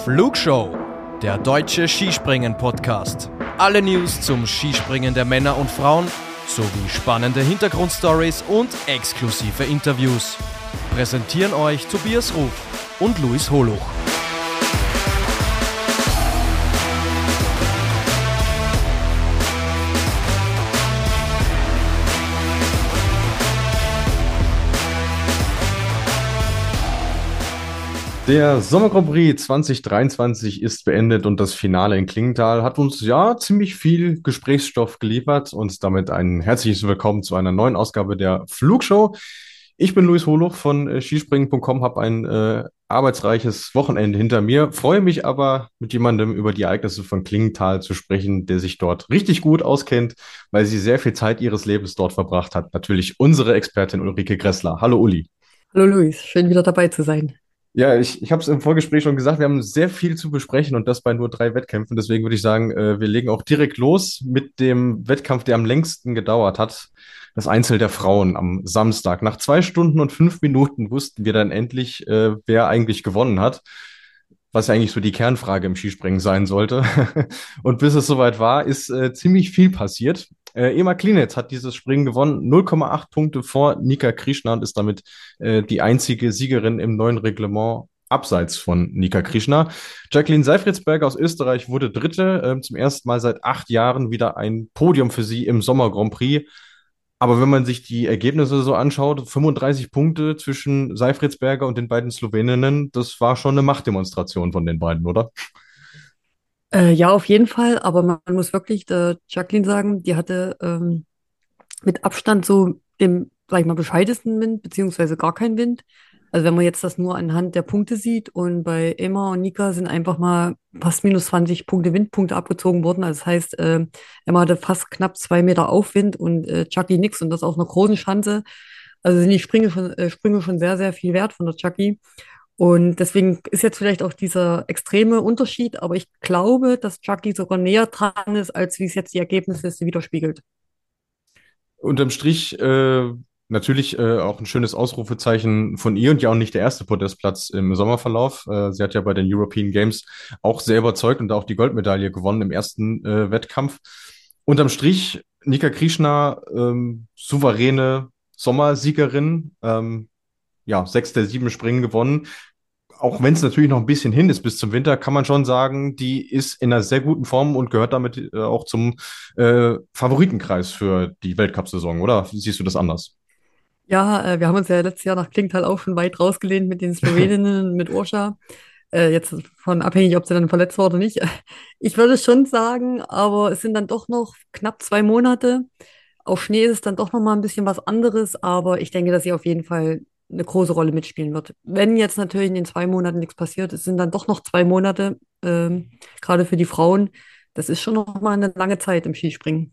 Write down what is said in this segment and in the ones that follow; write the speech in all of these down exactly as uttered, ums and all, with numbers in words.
Flugshow, der deutsche Skispringen-Podcast. Alle News zum Skispringen der Männer und Frauen sowie spannende Hintergrundstories und exklusive Interviews. Präsentieren euch Tobias Ruf und Luis Holuch. Der Sommer Grand Prix zwanzig dreiundzwanzig ist beendet und das Finale in Klingenthal hat uns ja ziemlich viel Gesprächsstoff geliefert und damit ein herzliches Willkommen zu einer neuen Ausgabe der Flugshow. Ich bin Luis Holuch von äh, skispringen punkt com, habe ein äh, arbeitsreiches Wochenende hinter mir, freue mich aber mit jemandem über die Ereignisse von Klingenthal zu sprechen, der sich dort richtig gut auskennt, weil sie sehr viel Zeit ihres Lebens dort verbracht hat. Natürlich unsere Expertin Ulrike Gressler. Hallo Uli. Hallo Luis, schön wieder dabei zu sein. Ja, ich, ich habe es im Vorgespräch schon gesagt, wir haben sehr viel zu besprechen und das bei nur drei Wettkämpfen. Deswegen würde ich sagen, äh, wir legen auch direkt los mit dem Wettkampf, der am längsten gedauert hat. Das Einzel der Frauen am Samstag. Nach zwei Stunden und fünf Minuten wussten wir dann endlich, äh, wer eigentlich gewonnen hat. Was ja eigentlich so die Kernfrage im Skispringen sein sollte. Und bis es soweit war, ist äh, ziemlich viel passiert. Äh, Ema Klinetz hat dieses Springen gewonnen, null Komma acht Punkte vor Nika Krishna und ist damit äh, die einzige Siegerin im neuen Reglement abseits von Nika Krishna. Jacqueline Seifritzberger aus Österreich wurde Dritte, äh, zum ersten Mal seit acht Jahren wieder ein Podium für sie im Sommer Grand Prix. Aber wenn man sich die Ergebnisse so anschaut, fünfunddreißig Punkte zwischen Seifritzberger und den beiden Sloweninnen, das war schon eine Machtdemonstration von den beiden, oder? Äh, ja, auf jeden Fall, aber man muss wirklich der Jacqueline sagen, die hatte ähm, mit Abstand so den, sag ich mal, bescheidensten Wind, beziehungsweise gar keinen Wind. Also wenn man jetzt das nur anhand der Punkte sieht und bei Emma und Nika sind einfach mal fast minus zwanzig Punkte Windpunkte abgezogen worden. Also das heißt, äh, Emma hatte fast knapp zwei Meter Aufwind und äh, Jackie nix und das auf einer großen Schanze. Also sind die Sprünge schon, äh, Sprünge schon sehr, sehr viel wert von der Jackie. Und deswegen ist jetzt vielleicht auch dieser extreme Unterschied, aber ich glaube, dass Jackie sogar näher dran ist, als wie es jetzt die Ergebnisliste widerspiegelt. Unterm Strich äh, natürlich äh, auch ein schönes Ausrufezeichen von ihr und ja auch nicht der erste Podestplatz im Sommerverlauf. Äh, sie hat ja bei den European Games auch sehr überzeugt und auch die Goldmedaille gewonnen im ersten äh, Wettkampf. Unterm Strich Nika Krishna, ähm, souveräne Sommersiegerin, ähm, ja, sechs der sieben Springen gewonnen. Auch wenn es natürlich noch ein bisschen hin ist bis zum Winter, kann man schon sagen, die ist in einer sehr guten Form und gehört damit äh, auch zum äh, Favoritenkreis für die Weltcup-Saison, oder? Siehst du das anders? Ja, äh, wir haben uns ja letztes Jahr nach Klingenthal auch schon weit rausgelehnt mit den Sloweninnen, mit Urša. Äh, jetzt von abhängig, ob sie dann verletzt war oder nicht. Ich würde schon sagen, aber es sind dann doch noch knapp zwei Monate. Auf Schnee ist es dann doch noch mal ein bisschen was anderes, aber ich denke, dass sie auf jeden Fall eine große Rolle mitspielen wird. Wenn jetzt natürlich in den zwei Monaten nichts passiert, es sind dann doch noch zwei Monate, ähm, gerade für die Frauen. Das ist schon noch mal eine lange Zeit im Skispringen.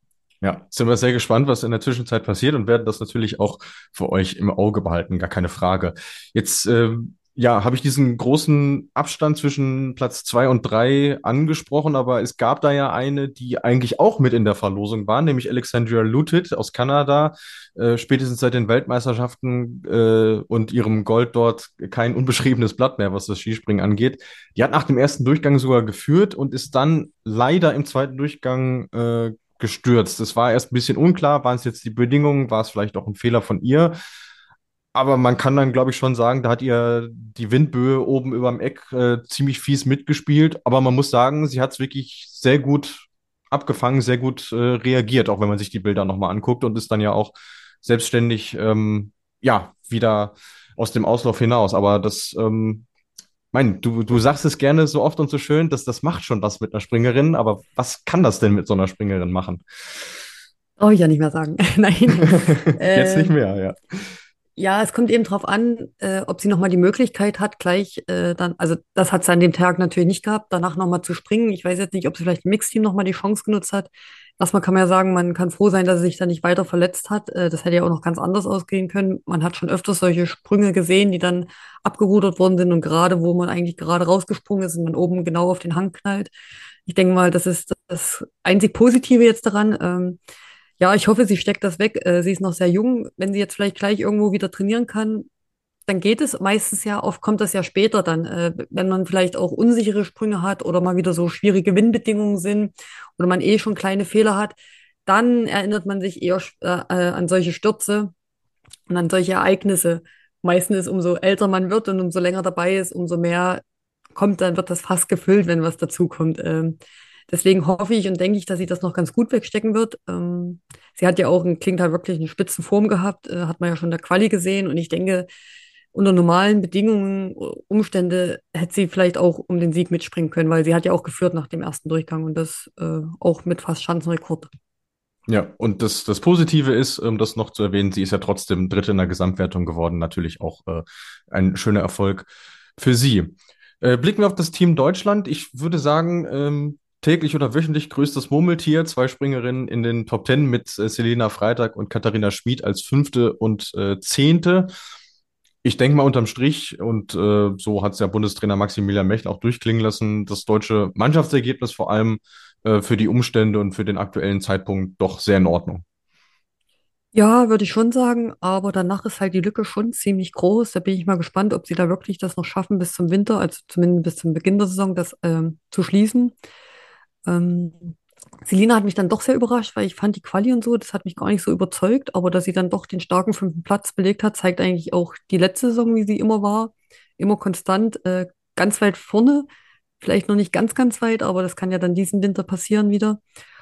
Ja, sind wir sehr gespannt, was in der Zwischenzeit passiert und werden das natürlich auch für euch im Auge behalten, gar keine Frage. Jetzt, ähm, ja, habe ich diesen großen Abstand zwischen Platz zwei und drei angesprochen, aber es gab da ja eine, die eigentlich auch mit in der Verlosung war, nämlich Alexandria Lutit aus Kanada, äh, spätestens seit den Weltmeisterschaften äh, und ihrem Gold dort kein unbeschriebenes Blatt mehr, was das Skispringen angeht. Die hat nach dem ersten Durchgang sogar geführt und ist dann leider im zweiten Durchgang äh, gestürzt. Es war erst ein bisschen unklar, waren es jetzt die Bedingungen, war es vielleicht auch ein Fehler von ihr. Aber man kann dann, glaube ich, schon sagen, da hat ihr die Windböe oben über dem Eck äh, ziemlich fies mitgespielt. Aber man muss sagen, sie hat es wirklich sehr gut abgefangen, sehr gut äh, reagiert, auch wenn man sich die Bilder nochmal anguckt und ist dann ja auch selbstständig, ähm, ja, wieder aus dem Auslauf hinaus. Aber das, ähm, mein, du, du sagst es gerne so oft und so schön, dass das macht schon was mit einer Springerin, aber was kann das denn mit so einer Springerin machen? Brauche ich ja nicht mehr sagen. Nein. Jetzt nicht Ähm, mehr, ja. Ja, es kommt eben drauf an, äh, ob sie nochmal die Möglichkeit hat, gleich äh, dann, also das hat sie an dem Tag natürlich nicht gehabt, danach nochmal zu springen. Ich weiß jetzt nicht, ob sie vielleicht im Mixteam nochmal die Chance genutzt hat. Erstmal kann man ja sagen, man kann froh sein, dass sie sich da nicht weiter verletzt hat. Äh, das hätte ja auch noch ganz anders ausgehen können. Man hat schon öfters solche Sprünge gesehen, die dann abgerudert worden sind und gerade, wo man eigentlich gerade rausgesprungen ist und man oben genau auf den Hang knallt. Ich denke mal, das ist das einzig Positive jetzt daran. Ähm, ja, ich hoffe, sie steckt das weg. Äh, sie ist noch sehr jung. Wenn sie jetzt vielleicht gleich irgendwo wieder trainieren kann, dann geht es meistens ja, oft kommt das ja später dann, äh, wenn man vielleicht auch unsichere Sprünge hat oder mal wieder so schwierige Windbedingungen sind oder man eh schon kleine Fehler hat, dann erinnert man sich eher äh, äh, an solche Stürze und an solche Ereignisse. Meistens ist, umso älter man wird und umso länger dabei ist, umso mehr kommt, dann wird das Fass gefüllt, wenn was dazukommt. Ähm, deswegen hoffe ich und denke ich, dass sie das noch ganz gut wegstecken wird. Ähm, sie hat ja auch, ein, klingt halt wirklich eine Spitzenform gehabt, äh, hat man ja schon in der Quali gesehen. Und ich denke, unter normalen Bedingungen, Umstände, hätte sie vielleicht auch um den Sieg mitspringen können, weil sie hat ja auch geführt nach dem ersten Durchgang und das äh, auch mit fast Schanzenrekord. Ja, und das, das Positive ist, um das noch zu erwähnen, sie ist ja trotzdem Dritte in der Gesamtwertung geworden. Natürlich auch äh, ein schöner Erfolg für sie. Äh, blicken wir auf das Team Deutschland. Ich würde sagen, ähm, täglich oder wöchentlich größtes Murmeltier. Zwei Springerinnen in den Top Ten mit äh, Selena Freitag und Katharina Schmid als Fünfte und äh, Zehnte. Ich denke mal unterm Strich, und äh, so hat es ja Bundestrainer Maximilian Mechel auch durchklingen lassen, das deutsche Mannschaftsergebnis vor allem äh, für die Umstände und für den aktuellen Zeitpunkt doch sehr in Ordnung. Ja, würde ich schon sagen, aber danach ist halt die Lücke schon ziemlich groß. Da bin ich mal gespannt, ob sie da wirklich das noch schaffen bis zum Winter, also zumindest bis zum Beginn der Saison, das ähm, zu schließen. Ähm, Selina hat mich dann doch sehr überrascht, weil ich fand die Quali und so, das hat mich gar nicht so überzeugt, aber dass sie dann doch den starken fünften Platz belegt hat, zeigt eigentlich auch die letzte Saison, wie sie immer war, immer konstant, äh, ganz weit vorne, vielleicht noch nicht ganz, ganz weit, aber das kann ja dann diesen Winter passieren wieder.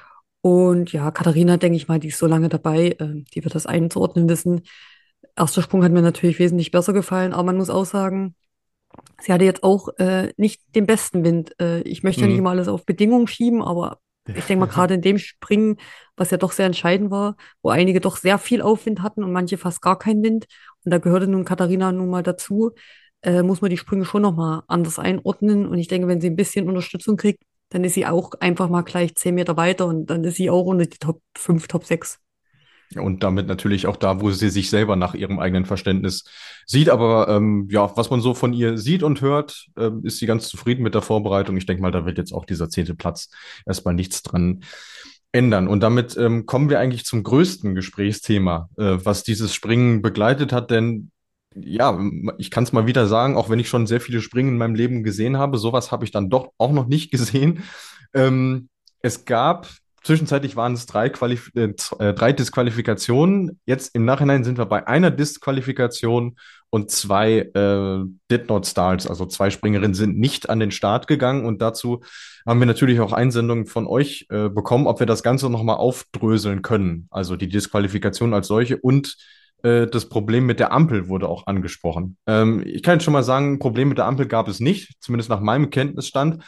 Und ja, Katharina, denke ich mal, die ist so lange dabei, äh, die wird das einzuordnen wissen. Erster Sprung hat mir natürlich wesentlich besser gefallen, aber man muss auch sagen, sie hatte jetzt auch äh, nicht den besten Wind. Äh, ich möchte ja nicht Mhm. immer alles auf Bedingungen schieben, aber ich denke mal, gerade in dem Springen, was ja doch sehr entscheidend war, wo einige doch sehr viel Aufwind hatten und manche fast gar keinen Wind, und da gehörte nun Katharina nun mal dazu, äh, muss man die Sprünge schon nochmal anders einordnen. Und ich denke, wenn sie ein bisschen Unterstützung kriegt, dann ist sie auch einfach mal gleich zehn Meter weiter und dann ist sie auch unter die Top fünf, Top sechs. Und damit natürlich auch da, wo sie sich selber nach ihrem eigenen Verständnis sieht. Aber ähm, ja, was man so von ihr sieht und hört, ähm, ist sie ganz zufrieden mit der Vorbereitung. Ich denke mal, da wird jetzt auch dieser zehnte Platz erstmal nichts dran ändern. Und damit ähm, kommen wir eigentlich zum größten Gesprächsthema, äh, was dieses Springen begleitet hat. Denn ja, ich kann es mal wieder sagen, auch wenn ich schon sehr viele Springen in meinem Leben gesehen habe, sowas habe ich dann doch auch noch nicht gesehen. Ähm, es gab Zwischenzeitlich waren es drei, Qualif äh, z- äh, drei Disqualifikationen. Jetzt im Nachhinein sind wir bei einer Disqualifikation und zwei äh, Did Not Starts, also zwei Springerinnen sind nicht an den Start gegangen. Und dazu haben wir natürlich auch Einsendungen von euch äh, bekommen, ob wir das Ganze nochmal aufdröseln können. Also die Disqualifikation als solche und äh, das Problem mit der Ampel wurde auch angesprochen. Ähm, ich kann jetzt schon mal sagen, ein Problem mit der Ampel gab es nicht, zumindest nach meinem Kenntnisstand.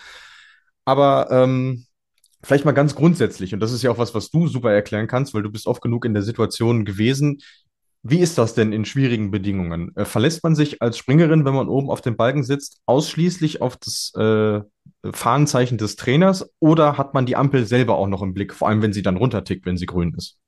Aber ähm, vielleicht mal ganz grundsätzlich, und das ist ja auch was, was du super erklären kannst, weil du bist oft genug in der Situation gewesen. Wie ist das denn in schwierigen Bedingungen? Äh, verlässt man sich als Springerin, wenn man oben auf dem Balken sitzt, ausschließlich auf das äh, Fahnenzeichen des Trainers oder hat man die Ampel selber auch noch im Blick, vor allem wenn sie dann runtertickt, wenn sie grün ist?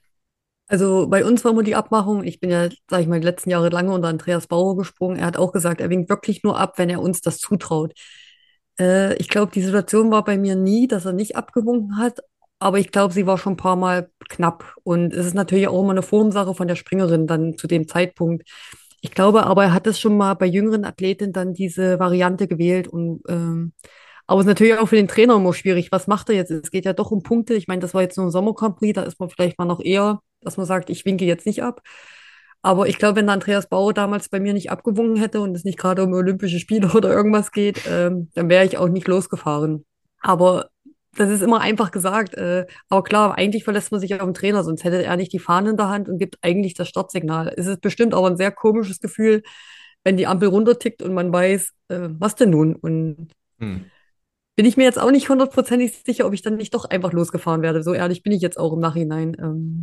Also bei uns war immer die Abmachung, ich bin ja, sage ich mal, die letzten Jahre lange unter Andreas Bauer gesprungen. Er hat auch gesagt, er winkt wirklich nur ab, wenn er uns das zutraut. Äh, ich glaube, die Situation war bei mir nie, dass er nicht abgewunken hat, aber ich glaube, sie war schon ein paar Mal knapp. Und es ist natürlich auch immer eine Formsache von der Springerin dann zu dem Zeitpunkt. Ich glaube aber, er hat es schon mal bei jüngeren Athletinnen dann diese Variante gewählt. Und ähm, aber es ist natürlich auch für den Trainer immer schwierig. Was macht er jetzt? Es geht ja doch um Punkte. Ich meine, das war jetzt nur ein Sommer Grand Prix, da ist man vielleicht mal noch eher, dass man sagt, ich winke jetzt nicht ab. Aber ich glaube, wenn der Andreas Bauer damals bei mir nicht abgewunken hätte und es nicht gerade um Olympische Spiele oder irgendwas geht, ähm, dann wäre ich auch nicht losgefahren. Aber das ist immer einfach gesagt. Äh, aber klar, eigentlich verlässt man sich auf den Trainer, sonst hätte er nicht die Fahne in der Hand und gibt eigentlich das Startsignal. Es ist bestimmt aber ein sehr komisches Gefühl, wenn die Ampel runtertickt und man weiß, äh, was denn nun? Und Hm. bin ich mir jetzt auch nicht hundertprozentig sicher, ob ich dann nicht doch einfach losgefahren werde. So ehrlich bin ich jetzt auch im Nachhinein. Ähm,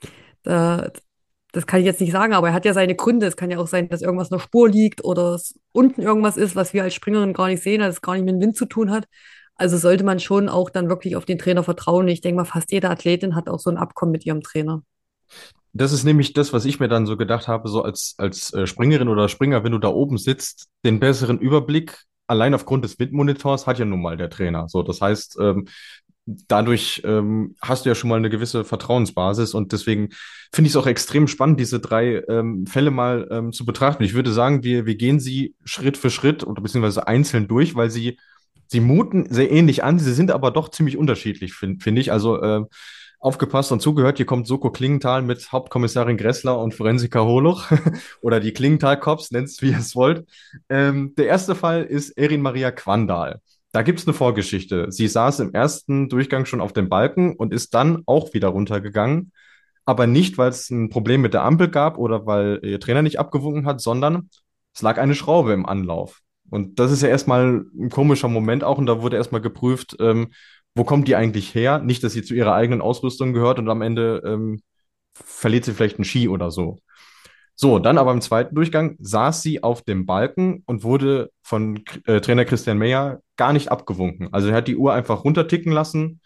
da, das kann ich jetzt nicht sagen, aber er hat ja seine Gründe. Es kann ja auch sein, dass irgendwas in der Spur liegt oder es unten irgendwas ist, was wir als Springerin gar nicht sehen, dass es gar nicht mit dem Wind zu tun hat. Also sollte man schon auch dann wirklich auf den Trainer vertrauen. Ich denke mal, fast jede Athletin hat auch so ein Abkommen mit ihrem Trainer. Das ist nämlich das, was ich mir dann so gedacht habe, so als, als äh, Springerin oder Springer, wenn du da oben sitzt, den besseren Überblick, allein aufgrund des Windmonitors hat ja nun mal der Trainer. So, das heißt, ähm, dadurch ähm, hast du ja schon mal eine gewisse Vertrauensbasis und deswegen finde ich es auch extrem spannend, diese drei ähm, Fälle mal ähm, zu betrachten. Ich würde sagen, wir, wir gehen sie Schritt für Schritt oder beziehungsweise einzeln durch, weil sie, sie muten sehr ähnlich an, sie sind aber doch ziemlich unterschiedlich, finde find ich. Also äh, aufgepasst und zugehört, hier kommt Soko Klingenthal mit Hauptkommissarin Gressler und Forensiker Holoch oder die Klingenthal-Cops, nennt es wie ihr es wollt. Ähm, der erste Fall ist Erin Maria Quandal. Da gibt es eine Vorgeschichte. Sie saß im ersten Durchgang schon auf dem Balken und ist dann auch wieder runtergegangen. Aber nicht, weil es ein Problem mit der Ampel gab oder weil ihr Trainer nicht abgewunken hat, sondern es lag eine Schraube im Anlauf. Und das ist ja erstmal ein komischer Moment auch. Und da wurde erstmal geprüft, ähm, wo kommt die eigentlich her? Nicht, dass sie zu ihrer eigenen Ausrüstung gehört und am Ende ähm, verliert sie vielleicht einen Ski oder so. So, dann aber im zweiten Durchgang saß sie auf dem Balken und wurde von äh, Trainer Christian Meyer gar nicht abgewunken. Also er hat die Uhr einfach runterticken lassen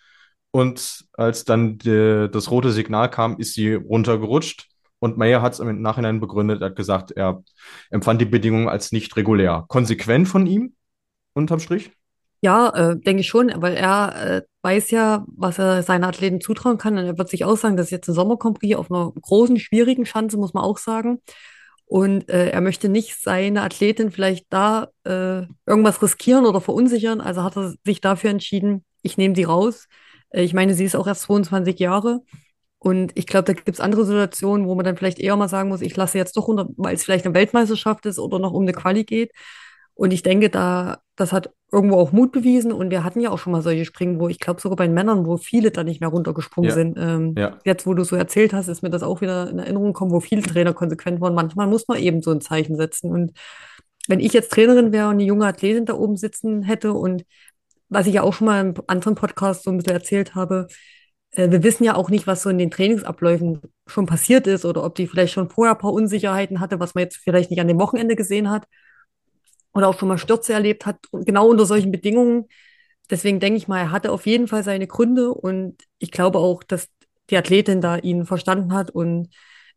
und als dann de, das rote Signal kam, ist sie runtergerutscht und Meyer hat es im Nachhinein begründet, er hat gesagt, er empfand die Bedingungen als nicht regulär. Konsequent von ihm, unterm Strich? Ja, äh, denke ich schon, weil er äh, weiß ja, was er seinen Athleten zutrauen kann. Und er wird sich auch sagen, das ist jetzt ein Sommer-Grand Prix auf einer großen, schwierigen Schanze, muss man auch sagen. Und äh, er möchte nicht seine Athletin vielleicht da äh, irgendwas riskieren oder verunsichern. Also hat er sich dafür entschieden, ich nehme die raus. Äh, ich meine, sie ist auch erst zweiundzwanzig Jahre. Und ich glaube, da gibt es andere Situationen, wo man dann vielleicht eher mal sagen muss, ich lasse jetzt doch runter, weil es vielleicht eine Weltmeisterschaft ist oder noch um eine Quali geht. Und ich denke, da, das hat irgendwo auch Mut bewiesen. Und wir hatten ja auch schon mal solche Springen, wo ich glaube sogar bei den Männern, wo viele da nicht mehr runtergesprungen Ja, sind. Ähm, ja. jetzt, wo du so erzählt hast, ist mir das auch wieder in Erinnerung gekommen, wo viele Trainer konsequent waren. Manchmal muss man eben so ein Zeichen setzen. Und wenn ich jetzt Trainerin wäre und eine junge Athletin da oben sitzen hätte und was ich ja auch schon mal im anderen Podcast so ein bisschen erzählt habe, äh, wir wissen ja auch nicht, was so in den Trainingsabläufen schon passiert ist oder ob die vielleicht schon vorher ein paar Unsicherheiten hatte, was man jetzt vielleicht nicht an dem Wochenende gesehen hat oder auch schon mal Stürze erlebt hat, genau unter solchen Bedingungen. Deswegen denke ich mal, er hatte auf jeden Fall seine Gründe und ich glaube auch, dass die Athletin da ihn verstanden hat und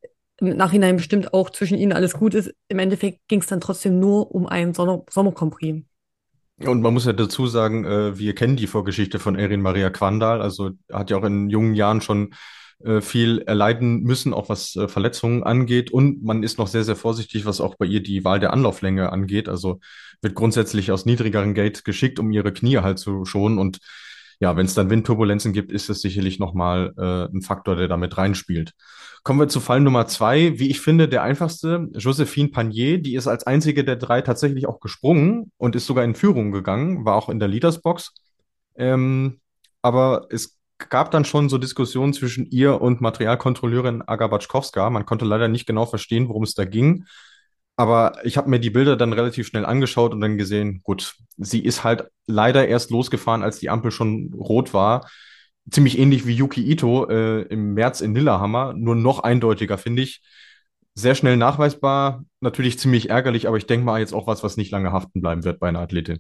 im Nachhinein bestimmt auch zwischen ihnen alles gut ist. Im Endeffekt ging es dann trotzdem nur um einen Sommer Sommer-Grand Prix. Und man muss ja dazu sagen, äh, wir kennen die Vorgeschichte von Erin Maria Quandal. Also hat ja auch in jungen Jahren schon äh, viel erleiden müssen, auch was äh, Verletzungen angeht. Und man ist noch sehr, sehr vorsichtig, was auch bei ihr die Wahl der Anlauflänge angeht. Also wird grundsätzlich aus niedrigeren Gate geschickt, um ihre Knie halt zu schonen. Und ja, wenn es dann Windturbulenzen gibt, ist es sicherlich nochmal äh, ein Faktor, der damit reinspielt. Kommen wir zu Fall Nummer zwei. Wie ich finde, der einfachste, Josephine Panier, die ist als einzige der drei tatsächlich auch gesprungen und ist sogar in Führung gegangen, war auch in der Leadersbox. Ähm, aber es gab dann schon so Diskussionen zwischen ihr und Materialkontrolleurin Aga Baczkowska. Man konnte leider nicht genau verstehen, worum es da ging. Aber ich habe mir die Bilder dann relativ schnell angeschaut und dann gesehen, gut, sie ist halt leider erst losgefahren, als die Ampel schon rot war. Ziemlich ähnlich wie Yuki Ito äh, im März in Lillehammer, nur noch eindeutiger, finde ich. Sehr schnell nachweisbar, natürlich ziemlich ärgerlich, aber ich denke mal jetzt auch was, was nicht lange haften bleiben wird bei einer Athletin.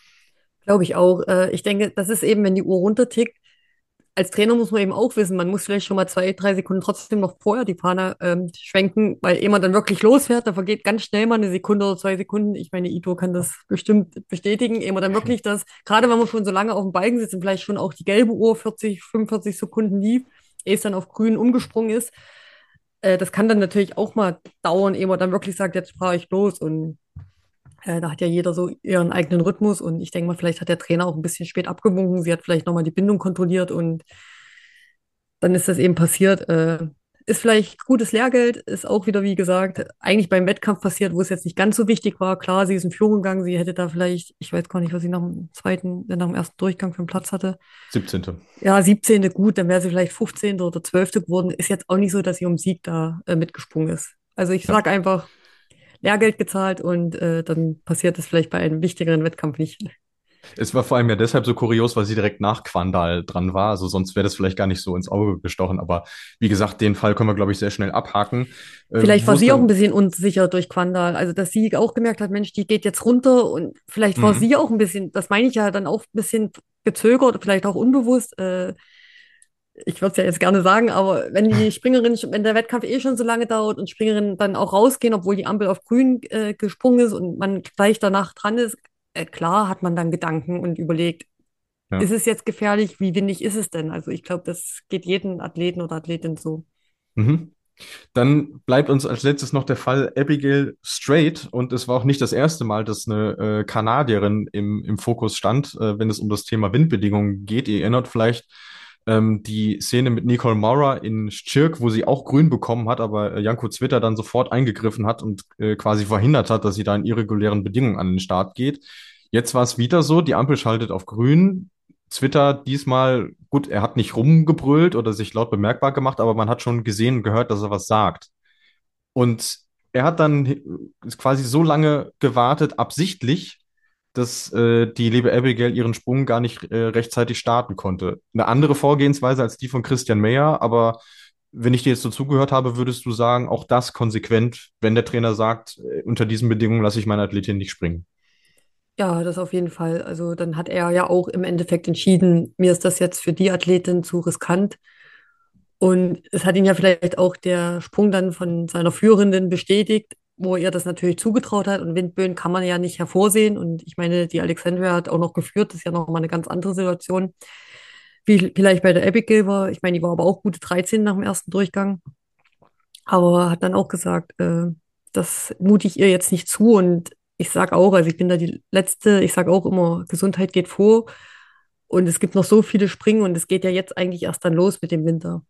Glaube ich auch. Äh, ich denke, das ist eben, wenn die Uhr runtertickt. Als Trainer muss man eben auch wissen, man muss vielleicht schon mal zwei, drei Sekunden trotzdem noch vorher die Fahne ähm, schwenken, weil ehe man dann wirklich losfährt, da vergeht ganz schnell mal eine Sekunde oder zwei Sekunden. Ich meine, Ito kann das bestimmt bestätigen, ehe man dann wirklich das, gerade wenn man schon so lange auf dem Balken sitzt und vielleicht schon auch die gelbe Uhr vierzig, fünfundvierzig Sekunden lief, ehe es dann auf grün umgesprungen ist, äh, das kann dann natürlich auch mal dauern, ehe man dann wirklich sagt, jetzt fahre ich los und äh, da hat ja jeder so ihren eigenen Rhythmus und ich denke mal, vielleicht hat der Trainer auch ein bisschen spät abgewunken. Sie hat vielleicht nochmal die Bindung kontrolliert und dann ist das eben passiert. Äh, ist vielleicht gutes Lehrgeld, ist auch wieder, wie gesagt, eigentlich beim Wettkampf passiert, wo es jetzt nicht ganz so wichtig war. Klar, sie ist in Führung gegangen, sie hätte da vielleicht, ich weiß gar nicht, was sie nach dem zweiten, nach dem ersten Durchgang für einen Platz hatte. siebzehnte. Ja, siebzehnte gut, dann wäre sie vielleicht fünfzehnte oder zwölfte geworden. Ist jetzt auch nicht so, dass sie um Sieg da äh, mitgesprungen ist. Also ich Ja. sag einfach, Lehrgeld gezahlt und äh, dann passiert es vielleicht bei einem wichtigeren Wettkampf nicht. Es war vor allem ja deshalb so kurios, weil sie direkt nach Quandal dran war. Also sonst wäre das vielleicht gar nicht so ins Auge gestochen. Aber wie gesagt, den Fall können wir, glaube ich, sehr schnell abhaken. Äh, Vielleicht wo war es sie auch ein dann. bisschen unsicher durch Quandal. Also, dass sie auch gemerkt hat, Mensch, die geht jetzt runter und vielleicht war Mhm. sie auch ein bisschen, das meine ich ja dann auch ein bisschen gezögert, vielleicht auch unbewusst. Äh, ich würde es ja jetzt gerne sagen, aber wenn die Springerin, wenn der Wettkampf eh schon so lange dauert und Springerinnen dann auch rausgehen, obwohl die Ampel auf grün äh, gesprungen ist und man gleich danach dran ist, äh, klar hat man dann Gedanken und überlegt, Ja. ist es jetzt gefährlich? Wie windig ist es denn? Also ich glaube, das geht jedem Athleten oder Athletin so. Mhm. Dann bleibt uns als letztes noch der Fall Abigail Strait. Und es war auch nicht das erste Mal, dass eine äh, Kanadierin im, im Fokus stand, äh, wenn es um das Thema Windbedingungen geht. Ihr erinnert vielleicht ähm, die Szene mit Nicole Maurer in Schirk, wo sie auch grün bekommen hat, aber äh, Janko Zwitter dann sofort eingegriffen hat und äh, quasi verhindert hat, dass sie da in irregulären Bedingungen an den Start geht. Jetzt war es wieder so, die Ampel schaltet auf grün. Zwitter diesmal, gut, er hat nicht rumgebrüllt oder sich laut bemerkbar gemacht, aber man hat schon gesehen und gehört, dass er was sagt. Und er hat dann hi- quasi so lange gewartet, absichtlich, dass äh, die liebe Abigail ihren Sprung gar nicht äh, rechtzeitig starten konnte. Eine andere Vorgehensweise als die von Christian Meyer, aber wenn ich dir jetzt so zugehört habe, würdest du sagen, auch das konsequent, wenn der Trainer sagt, äh, unter diesen Bedingungen lasse ich meine Athletin nicht springen. Ja, das auf jeden Fall. Also dann hat er ja auch im Endeffekt entschieden, mir ist das jetzt für die Athletin zu riskant. Und es hat ihn ja vielleicht auch der Sprung dann von seiner Führenden bestätigt, wo er das natürlich zugetraut hat. Und Windböen kann man ja nicht hervorsehen. Und ich meine, die Alexandria hat auch noch geführt. Das ist ja noch mal eine ganz andere Situation, wie vielleicht bei der Abigail war. Ich meine, die war aber auch gute dreizehn nach dem ersten Durchgang. Aber hat dann auch gesagt, äh, das mute ich ihr jetzt nicht zu. Und ich sage auch, also ich bin da die Letzte, ich sage auch immer, Gesundheit geht vor. Und es gibt noch so viele Springen und es geht ja jetzt eigentlich erst dann los mit dem Winter.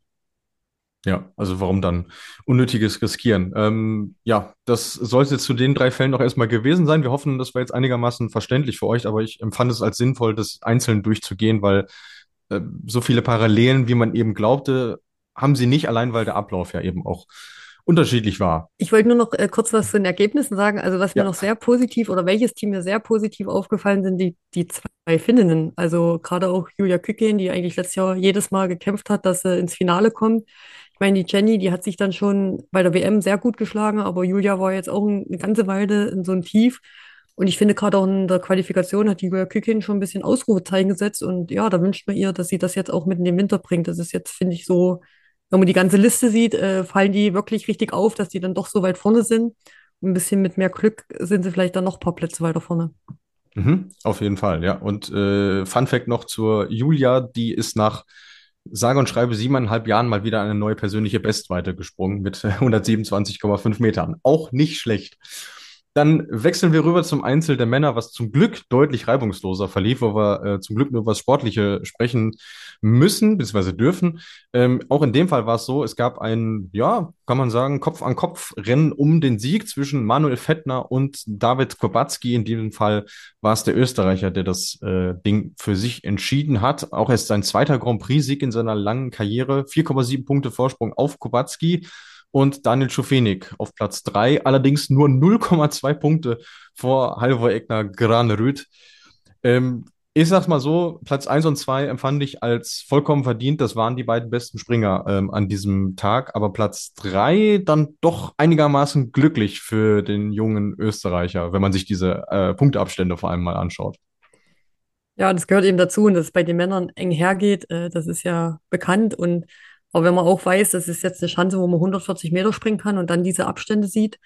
Ja, also warum dann unnötiges riskieren? Ähm, ja, das sollte zu den drei Fällen auch erstmal gewesen sein. Wir hoffen, das war jetzt einigermaßen verständlich für euch, aber ich empfand es als sinnvoll, das einzeln durchzugehen, weil äh, so viele Parallelen, wie man eben glaubte, haben sie nicht, allein weil der Ablauf ja eben auch unterschiedlich war. Ich wollte nur noch äh, kurz was zu den Ergebnissen sagen. Also was mir Ja. noch sehr positiv oder welches Team mir sehr positiv aufgefallen sind, die, die zwei Finninnen. Also gerade auch Julia Kykien, die eigentlich letztes Jahr jedes Mal gekämpft hat, dass sie ins Finale kommt. Ich meine, die Jenny, die hat sich dann schon bei der W M sehr gut geschlagen, aber Julia war jetzt auch ein- eine ganze Weile in so einem Tief. Und ich finde, gerade auch in der Qualifikation hat die Julia Kykien schon ein bisschen Ausrufezeichen gesetzt. Und ja, da wünscht man ihr, dass sie das jetzt auch mit in den Winter bringt. Das ist jetzt, finde ich, so, wenn man die ganze Liste sieht, äh, fallen die wirklich richtig auf, dass die dann doch so weit vorne sind. Und ein bisschen mit mehr Glück sind sie vielleicht dann noch ein paar Plätze weiter vorne. Mhm, auf jeden Fall, ja. Und äh, Fun Fact noch zur Julia, die ist nach sage und schreibe siebeneinhalb Jahren mal wieder eine neue persönliche Bestweite gesprungen mit hundertsiebenundzwanzig Komma fünf Metern. Auch nicht schlecht. Dann wechseln wir rüber zum Einzel der Männer, was zum Glück deutlich reibungsloser verlief, wo wir äh, zum Glück nur über das Sportliche sprechen müssen, beziehungsweise dürfen. Ähm, auch in dem Fall war es so, es gab ein, ja, kann man sagen, Kopf-an-Kopf-Rennen um den Sieg zwischen Manuel Fettner und David Kubacki. In diesem Fall war es der Österreicher, der das äh, Ding für sich entschieden hat. Auch erst sein zweiter Grand Prix-Sieg in seiner langen Karriere. vier Komma sieben Punkte Vorsprung auf Kubacki und Daniel Schufenig auf Platz drei. Allerdings nur null Komma zwei Punkte vor Halvor Egner Granerüt. Ähm, ich sag's mal so, Platz eins und zwei empfand ich als vollkommen verdient. Das waren die beiden besten Springer ähm, an diesem Tag. Aber Platz drei dann doch einigermaßen glücklich für den jungen Österreicher, wenn man sich diese äh, Punktabstände vor allem mal anschaut. Ja, das gehört eben dazu und dass es bei den Männern eng hergeht, äh, das ist ja bekannt. Und aber wenn man auch weiß, das ist jetzt eine Chance, wo man hundertvierzig Meter springen kann und dann diese Abstände sieht,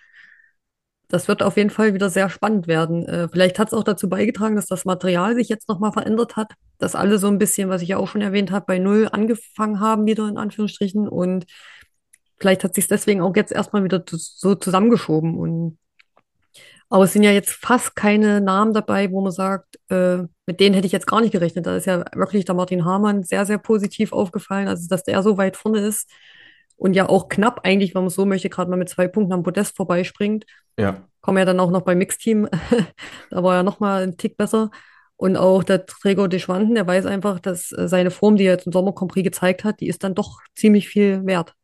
das wird auf jeden Fall wieder sehr spannend werden. Äh, vielleicht hat es auch dazu beigetragen, dass das Material sich jetzt nochmal verändert hat, dass alle so ein bisschen, was ich ja auch schon erwähnt habe, bei Null angefangen haben, wieder in Anführungsstrichen. Und vielleicht hat sich deswegen auch jetzt erstmal wieder zu- so zusammengeschoben. Und aber es sind ja jetzt fast keine Namen dabei, wo man sagt, äh, mit denen hätte ich jetzt gar nicht gerechnet. Da ist ja wirklich der Martin Hamann sehr, sehr positiv aufgefallen, also dass der so weit vorne ist und ja auch knapp eigentlich, wenn man so möchte, gerade mal mit zwei Punkten am Podest vorbeispringt. Ja. Kommen ja dann auch noch beim Mixteam, da war er noch mal ein Tick besser. Und auch der Gregor Deschwanden, der weiß einfach, dass äh, seine Form, die er jetzt im Sommer Grand Prix gezeigt hat, die ist dann doch ziemlich viel wert.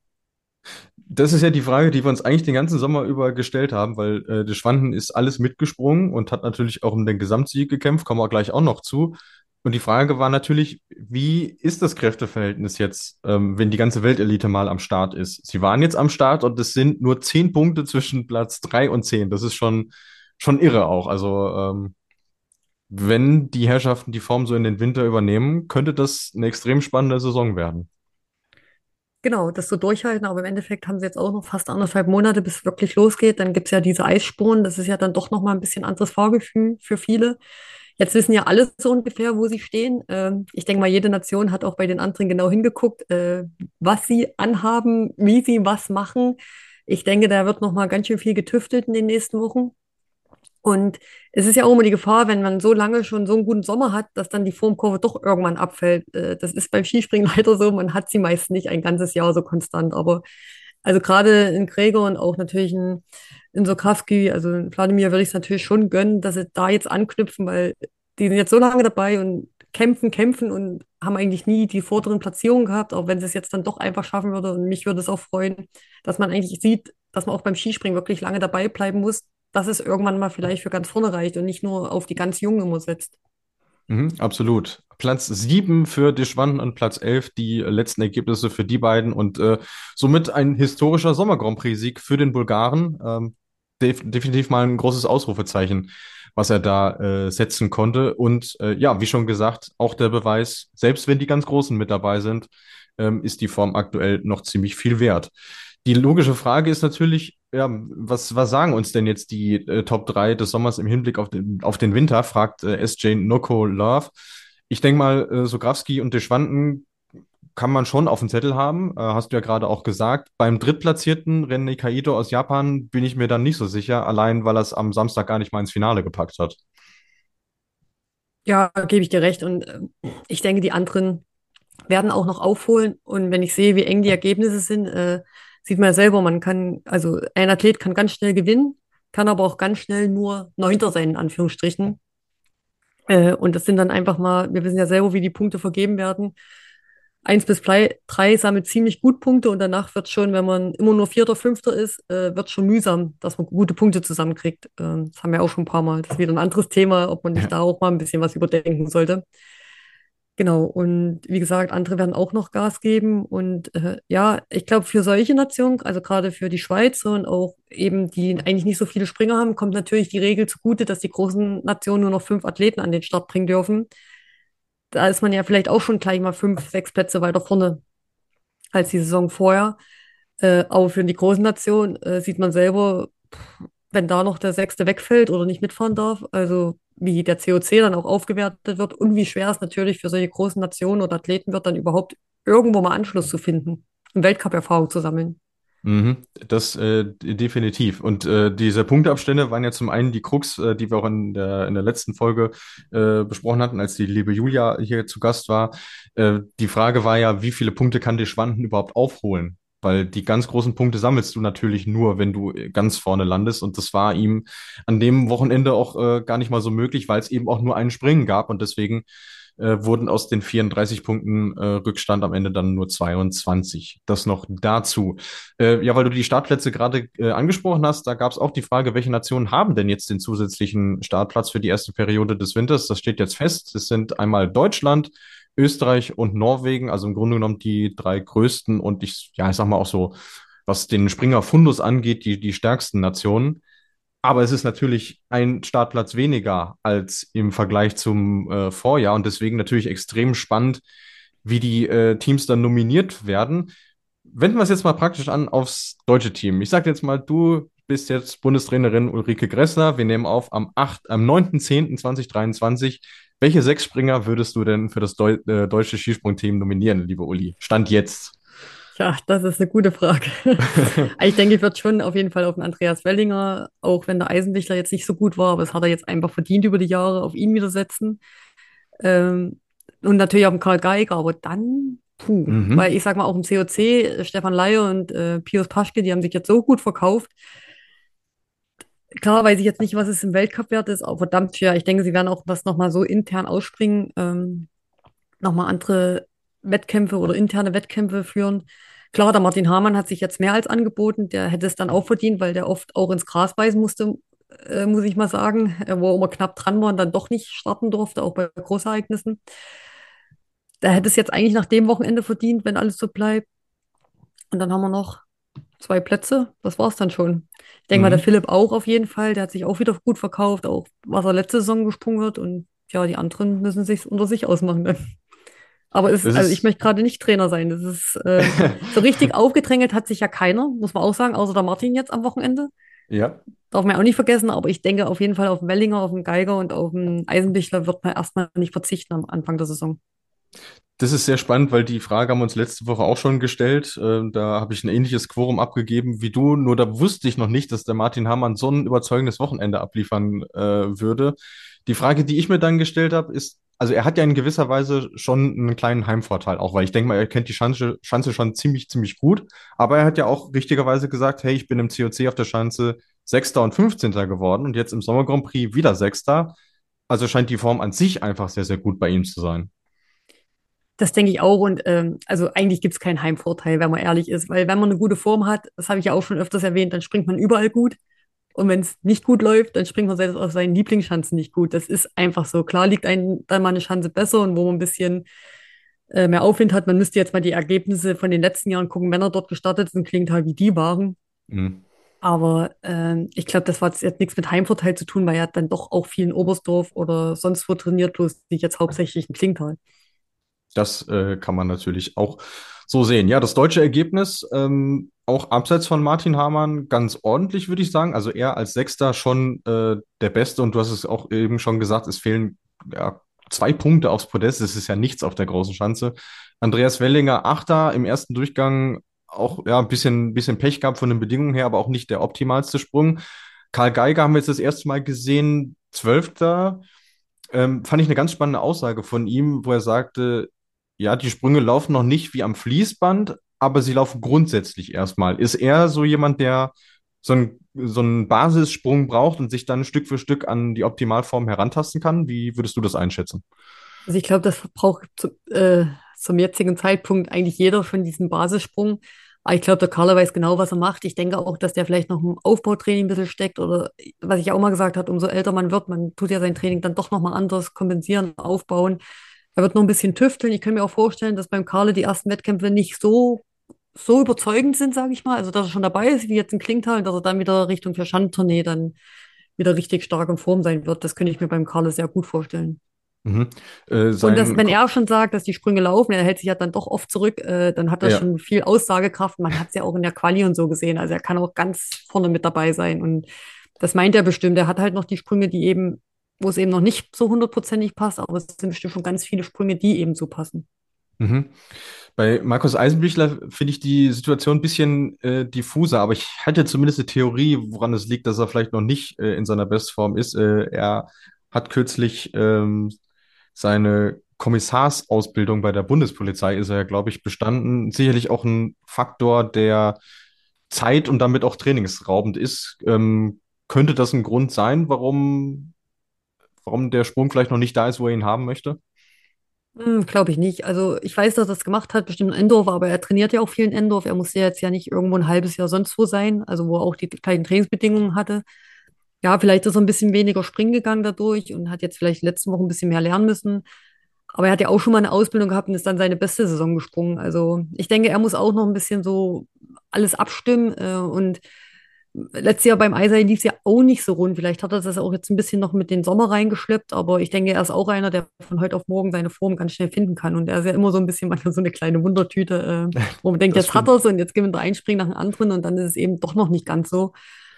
Das ist ja die Frage, die wir uns eigentlich den ganzen Sommer über gestellt haben, weil äh, der Schwanden ist alles mitgesprungen und hat natürlich auch um den Gesamtsieg gekämpft, kommen wir gleich auch noch zu. Und die Frage war natürlich, wie ist das Kräfteverhältnis jetzt, ähm, wenn die ganze Weltelite mal am Start ist? Sie waren jetzt am Start und es sind nur zehn Punkte zwischen Platz drei und zehn. Das ist schon, schon irre auch. Also, ähm, wenn die Herrschaften die Form so in den Winter übernehmen, könnte das eine extrem spannende Saison werden. Genau, das so durchhalten, aber im Endeffekt haben sie jetzt auch noch fast anderthalb Monate, bis es wirklich losgeht. Dann gibt es ja diese Eisspuren, das ist ja dann doch nochmal ein bisschen anderes Fahrgefühl für viele. Jetzt wissen ja alle so ungefähr, wo sie stehen. Ähm, ich denke mal, jede Nation hat auch bei den anderen genau hingeguckt, äh, was sie anhaben, wie sie was machen. Ich denke, da wird noch mal ganz schön viel getüftelt in den nächsten Wochen. Und es ist ja auch immer die Gefahr, wenn man so lange schon so einen guten Sommer hat, dass dann die Formkurve doch irgendwann abfällt. Äh, Das ist beim Skispringen leider so. Man hat sie meist nicht ein ganzes Jahr so konstant. Aber also gerade in Gregor und auch natürlich in, in Sokrawski, also in Wladimir würde ich es natürlich schon gönnen, dass sie da jetzt anknüpfen, weil die sind jetzt so lange dabei und kämpfen, kämpfen und haben eigentlich nie die vorderen Platzierungen gehabt, auch wenn sie es jetzt dann doch einfach schaffen würde. Und mich würde es auch freuen, dass man eigentlich sieht, dass man auch beim Skispringen wirklich lange dabei bleiben muss, dass es irgendwann mal vielleicht für ganz vorne reicht und nicht nur auf die ganz Jungen immer setzt. Mhm, absolut. Platz sieben für Deschwanden und Platz elf die letzten Ergebnisse für die beiden und äh, somit ein historischer Sommer-Grand Prix-Sieg für den Bulgaren. Ähm, def definitiv mal ein großes Ausrufezeichen, was er da äh, setzen konnte. Und äh, ja, wie schon gesagt, auch der Beweis, selbst wenn die ganz Großen mit dabei sind, ähm, ist die Form aktuell noch ziemlich viel wert. Die logische Frage ist natürlich, ja, was, was sagen uns denn jetzt die äh, Top drei des Sommers im Hinblick auf den, auf den Winter, fragt äh, S J Noko Love. Ich denke mal, äh, Sograwski und Deschwanden kann man schon auf dem Zettel haben, äh, hast du ja gerade auch gesagt. Beim Drittplatzierten Ren Kaito aus Japan bin ich mir dann nicht so sicher, allein weil er es am Samstag gar nicht mal ins Finale gepackt hat. Ja, gebe ich dir recht. Und äh, ich denke, die anderen werden auch noch aufholen. Und wenn ich sehe, wie eng die Ergebnisse sind, äh, sieht man ja selber, man kann, also ein Athlet kann ganz schnell gewinnen, kann aber auch ganz schnell nur Neunter sein, in Anführungsstrichen. Äh, und das sind dann einfach mal, wir wissen ja selber, wie die Punkte vergeben werden. Eins bis drei, drei sammelt ziemlich gut Punkte und danach wird schon, wenn man immer nur Vierter, Fünfter ist, äh, wird schon mühsam, dass man gute Punkte zusammenkriegt. Ähm, das haben wir auch schon ein paar Mal. Das ist wieder ein anderes Thema, ob man nicht da auch mal ein bisschen was überdenken sollte. Genau, und wie gesagt, andere werden auch noch Gas geben. Und äh, ja, ich glaube, für solche Nationen, also gerade für die Schweiz und auch eben, die eigentlich nicht so viele Springer haben, kommt natürlich die Regel zugute, dass die großen Nationen nur noch fünf Athleten an den Start bringen dürfen. Da ist man ja vielleicht auch schon gleich mal fünf, sechs Plätze weiter vorne als die Saison vorher. Äh, aber für die großen Nationen äh, sieht man selber, pff, wenn da noch der Sechste wegfällt oder nicht mitfahren darf, also wie der C O C dann auch aufgewertet wird und wie schwer es natürlich für solche großen Nationen oder Athleten wird, dann überhaupt irgendwo mal Anschluss zu finden, um Weltcup-Erfahrung zu sammeln. Mhm, das äh, d- definitiv. Und äh, diese Punkteabstände waren ja zum einen die Krux, äh, die wir auch in der, in der letzten Folge äh, besprochen hatten, als die liebe Julia hier zu Gast war. Äh, die Frage war ja, wie viele Punkte kann die Schwanden überhaupt aufholen? Weil die ganz großen Punkte sammelst du natürlich nur, wenn du äh, ganz vorne landest. Und das war ihm an dem Wochenende auch äh, gar nicht mal so möglich, weil es eben auch nur einen Springen gab. Und deswegen äh, wurden aus den vierunddreißig Punkten äh, Rückstand am Ende dann nur zweiundzwanzig. Das noch dazu. Äh, ja, weil du die Startplätze gerade äh, angesprochen hast, da gab es auch die Frage, welche Nationen haben denn jetzt den zusätzlichen Startplatz für die erste Periode des Winters? Das steht jetzt fest. Es sind einmal Deutschland, Österreich und Norwegen, also im Grunde genommen die drei größten und ich, ja, ich sag mal auch so, was den Springer-Fundus angeht, die, die stärksten Nationen. Aber es ist natürlich ein Startplatz weniger als im Vergleich zum äh, Vorjahr und deswegen natürlich extrem spannend, wie die äh, Teams dann nominiert werden. Wenden wir es jetzt mal praktisch an aufs deutsche Team. Ich sage jetzt mal, du bist jetzt Bundestrainerin Ulrike Gressler. Wir nehmen auf am achten, am neunten zehnten zweitausenddreiundzwanzig. Welche sechs Springer würdest du denn für das Deu äh, deutsche Skisprungteam nominieren, liebe Uli? Stand jetzt. Ja, das ist eine gute Frage. Ich denke, ich würde schon auf jeden Fall auf den Andreas Wellinger, auch wenn der Eisenbichler jetzt nicht so gut war, aber das hat er jetzt einfach verdient über die Jahre, auf ihn wieder setzen. Ähm, und natürlich auch den Karl Geiger, aber dann, puh, weil Mhm. ich sag mal auch im C O C, äh, Stefan Laie und äh, Pius Paschke, die haben sich jetzt so gut verkauft. Klar weiß ich jetzt nicht, was es im Weltcup wert ist, aber verdammt schwer. Ich denke, sie werden auch das nochmal so intern ausspringen, ähm, nochmal andere Wettkämpfe oder interne Wettkämpfe führen. Klar, der Martin Hamann hat sich jetzt mehr als angeboten. Der hätte es dann auch verdient, weil der oft auch ins Gras beißen musste, äh, muss ich mal sagen, äh, wo er immer knapp dran war und dann doch nicht starten durfte, auch bei Großereignissen. Der hätte es jetzt eigentlich nach dem Wochenende verdient, wenn alles so bleibt. Und dann haben wir noch zwei Plätze. Das war's dann schon. Ich denke mal, der Mhm. Philipp auch auf jeden Fall. Der hat sich auch wieder gut verkauft, auch was er letzte Saison gesprungen hat. Und ja, die anderen müssen sich unter sich ausmachen. Ne? Aber es, Das also ich ist möchte gerade nicht Trainer sein. Das ist äh, so richtig aufgedrängelt hat sich ja keiner, muss man auch sagen, außer der Martin jetzt am Wochenende. Ja. Darf man auch nicht vergessen, aber ich denke auf jeden Fall auf den Wellinger, auf den Geiger und auf den Eisenbichler wird man erstmal nicht verzichten am Anfang der Saison. Das ist sehr spannend, weil die Frage haben wir uns letzte Woche auch schon gestellt. Ähm, da habe ich ein ähnliches Quorum abgegeben wie du, nur da wusste ich noch nicht, dass der Martin Hamann so ein überzeugendes Wochenende abliefern äh, würde. Die Frage, die ich mir dann gestellt habe, ist, also er hat ja in gewisser Weise schon einen kleinen Heimvorteil, auch weil ich denke mal, er kennt die Schanze, Schanze schon ziemlich, ziemlich gut. Aber er hat ja auch richtigerweise gesagt, hey, ich bin im C O C auf der Schanze Sechster und Fünfzehnter geworden und jetzt im Sommer Grand Prix wieder Sechster. Also scheint die Form an sich einfach sehr, sehr gut bei ihm zu sein. Das denke ich auch. Und ähm, also eigentlich gibt es keinen Heimvorteil, wenn man ehrlich ist. Weil wenn man eine gute Form hat, das habe ich ja auch schon öfters erwähnt, dann springt man überall gut. Und wenn es nicht gut läuft, dann springt man selbst auf seinen Lieblingsschanzen nicht gut. Das ist einfach so. Klar liegt einem dann mal eine Schanze besser und wo man ein bisschen äh, mehr Aufwind hat. Man müsste jetzt mal die Ergebnisse von den letzten Jahren gucken, wenn er dort gestartet ist und klingt halt, wie die waren. Mhm. Aber ähm, ich glaube, das hat jetzt nichts mit Heimvorteil zu tun, weil er hat dann doch auch viel in Oberstdorf oder sonst wo trainiert, bloß nicht jetzt hauptsächlich in Klingenthal. Das äh, kann man natürlich auch so sehen. Ja, das deutsche Ergebnis, ähm, auch abseits von Martin Hamann, ganz ordentlich, würde ich sagen. Also er als Sechster schon äh, der Beste. Und du hast es auch eben schon gesagt, es fehlen ja, zwei Punkte aufs Podest. Das ist ja nichts auf der großen Schanze. Andreas Wellinger, Achter im ersten Durchgang, auch ja, ein bisschen, bisschen Pech gehabt von den Bedingungen her, aber auch nicht der optimalste Sprung. Karl Geiger haben wir jetzt das erste Mal gesehen, Zwölfter. Ähm, fand ich eine ganz spannende Aussage von ihm, wo er sagte, ja, die Sprünge laufen noch nicht wie am Fließband, aber sie laufen grundsätzlich erstmal. Ist er so jemand, der so einen, so einen Basissprung braucht und sich dann Stück für Stück an die Optimalform herantasten kann? Wie würdest du das einschätzen? Also ich glaube, das braucht zu, äh, zum jetzigen Zeitpunkt eigentlich jeder von diesem Basissprung. Aber ich glaube, der Carla weiß genau, was er macht. Ich denke auch, dass der vielleicht noch im Aufbautraining ein bisschen steckt oder was ich ja auch mal gesagt habe, umso älter man wird, man tut ja sein Training dann doch nochmal anders kompensieren, aufbauen. Er wird noch ein bisschen tüfteln. Ich kann mir auch vorstellen, dass beim Carle die ersten Wettkämpfe nicht so, so überzeugend sind, sage ich mal. Also, dass er schon dabei ist, wie jetzt in Klingtal, und dass er dann wieder Richtung Verschand-Tournee dann wieder richtig stark in Form sein wird. Das könnte ich mir beim Carle sehr gut vorstellen. Mhm. Äh, Und dass, sein, wenn Ko- er schon sagt, dass die Sprünge laufen, er hält sich ja dann doch oft zurück, äh, dann hat das ja. schon viel Aussagekraft. Man hat es ja auch in der Quali und so gesehen. Also er kann auch ganz vorne mit dabei sein. Und das meint er bestimmt. Er hat halt noch die Sprünge, die eben, wo es eben noch nicht so hundertprozentig passt, aber es sind bestimmt schon ganz viele Sprünge, die eben so passen. Mhm. Bei Markus Eisenbichler finde ich die Situation ein bisschen äh, diffuser, aber ich hatte zumindest eine Theorie, woran es liegt, dass er vielleicht noch nicht äh, in seiner Bestform ist. Äh, er hat kürzlich ähm, seine Kommissarsausbildung bei der Bundespolizei, ist er ja, glaube ich, bestanden. Sicherlich auch ein Faktor, der zeit- und damit auch trainingsraubend ist. Ähm, könnte das ein Grund sein, warum, warum der Sprung vielleicht noch nicht da ist, wo er ihn haben möchte? Hm, glaube ich nicht. Also ich weiß, dass er es gemacht hat, bestimmt in Endorf, aber er trainiert ja auch viel in Endorf. Er musste jetzt ja nicht irgendwo ein halbes Jahr sonst wo sein, also wo er auch die gleichen Trainingsbedingungen hatte. Ja, vielleicht ist er ein bisschen weniger springen gegangen dadurch und hat jetzt vielleicht letzte Woche ein bisschen mehr lernen müssen. Aber er hat ja auch schon mal eine Ausbildung gehabt und ist dann seine beste Saison gesprungen. Also ich denke, er muss auch noch ein bisschen so alles abstimmen. Äh, und letztes Jahr beim Eisei lief es ja auch nicht so rund. Vielleicht hat er das auch jetzt ein bisschen noch mit den Sommer reingeschleppt. Aber ich denke, er ist auch einer, der von heute auf morgen seine Form ganz schnell finden kann. Und er ist ja immer so ein bisschen manchmal so eine kleine Wundertüte, äh, wo man denkt, Das jetzt hat stimmt. er es und jetzt gewinnt er einen Spring nach dem anderen und dann ist es eben doch noch nicht ganz so.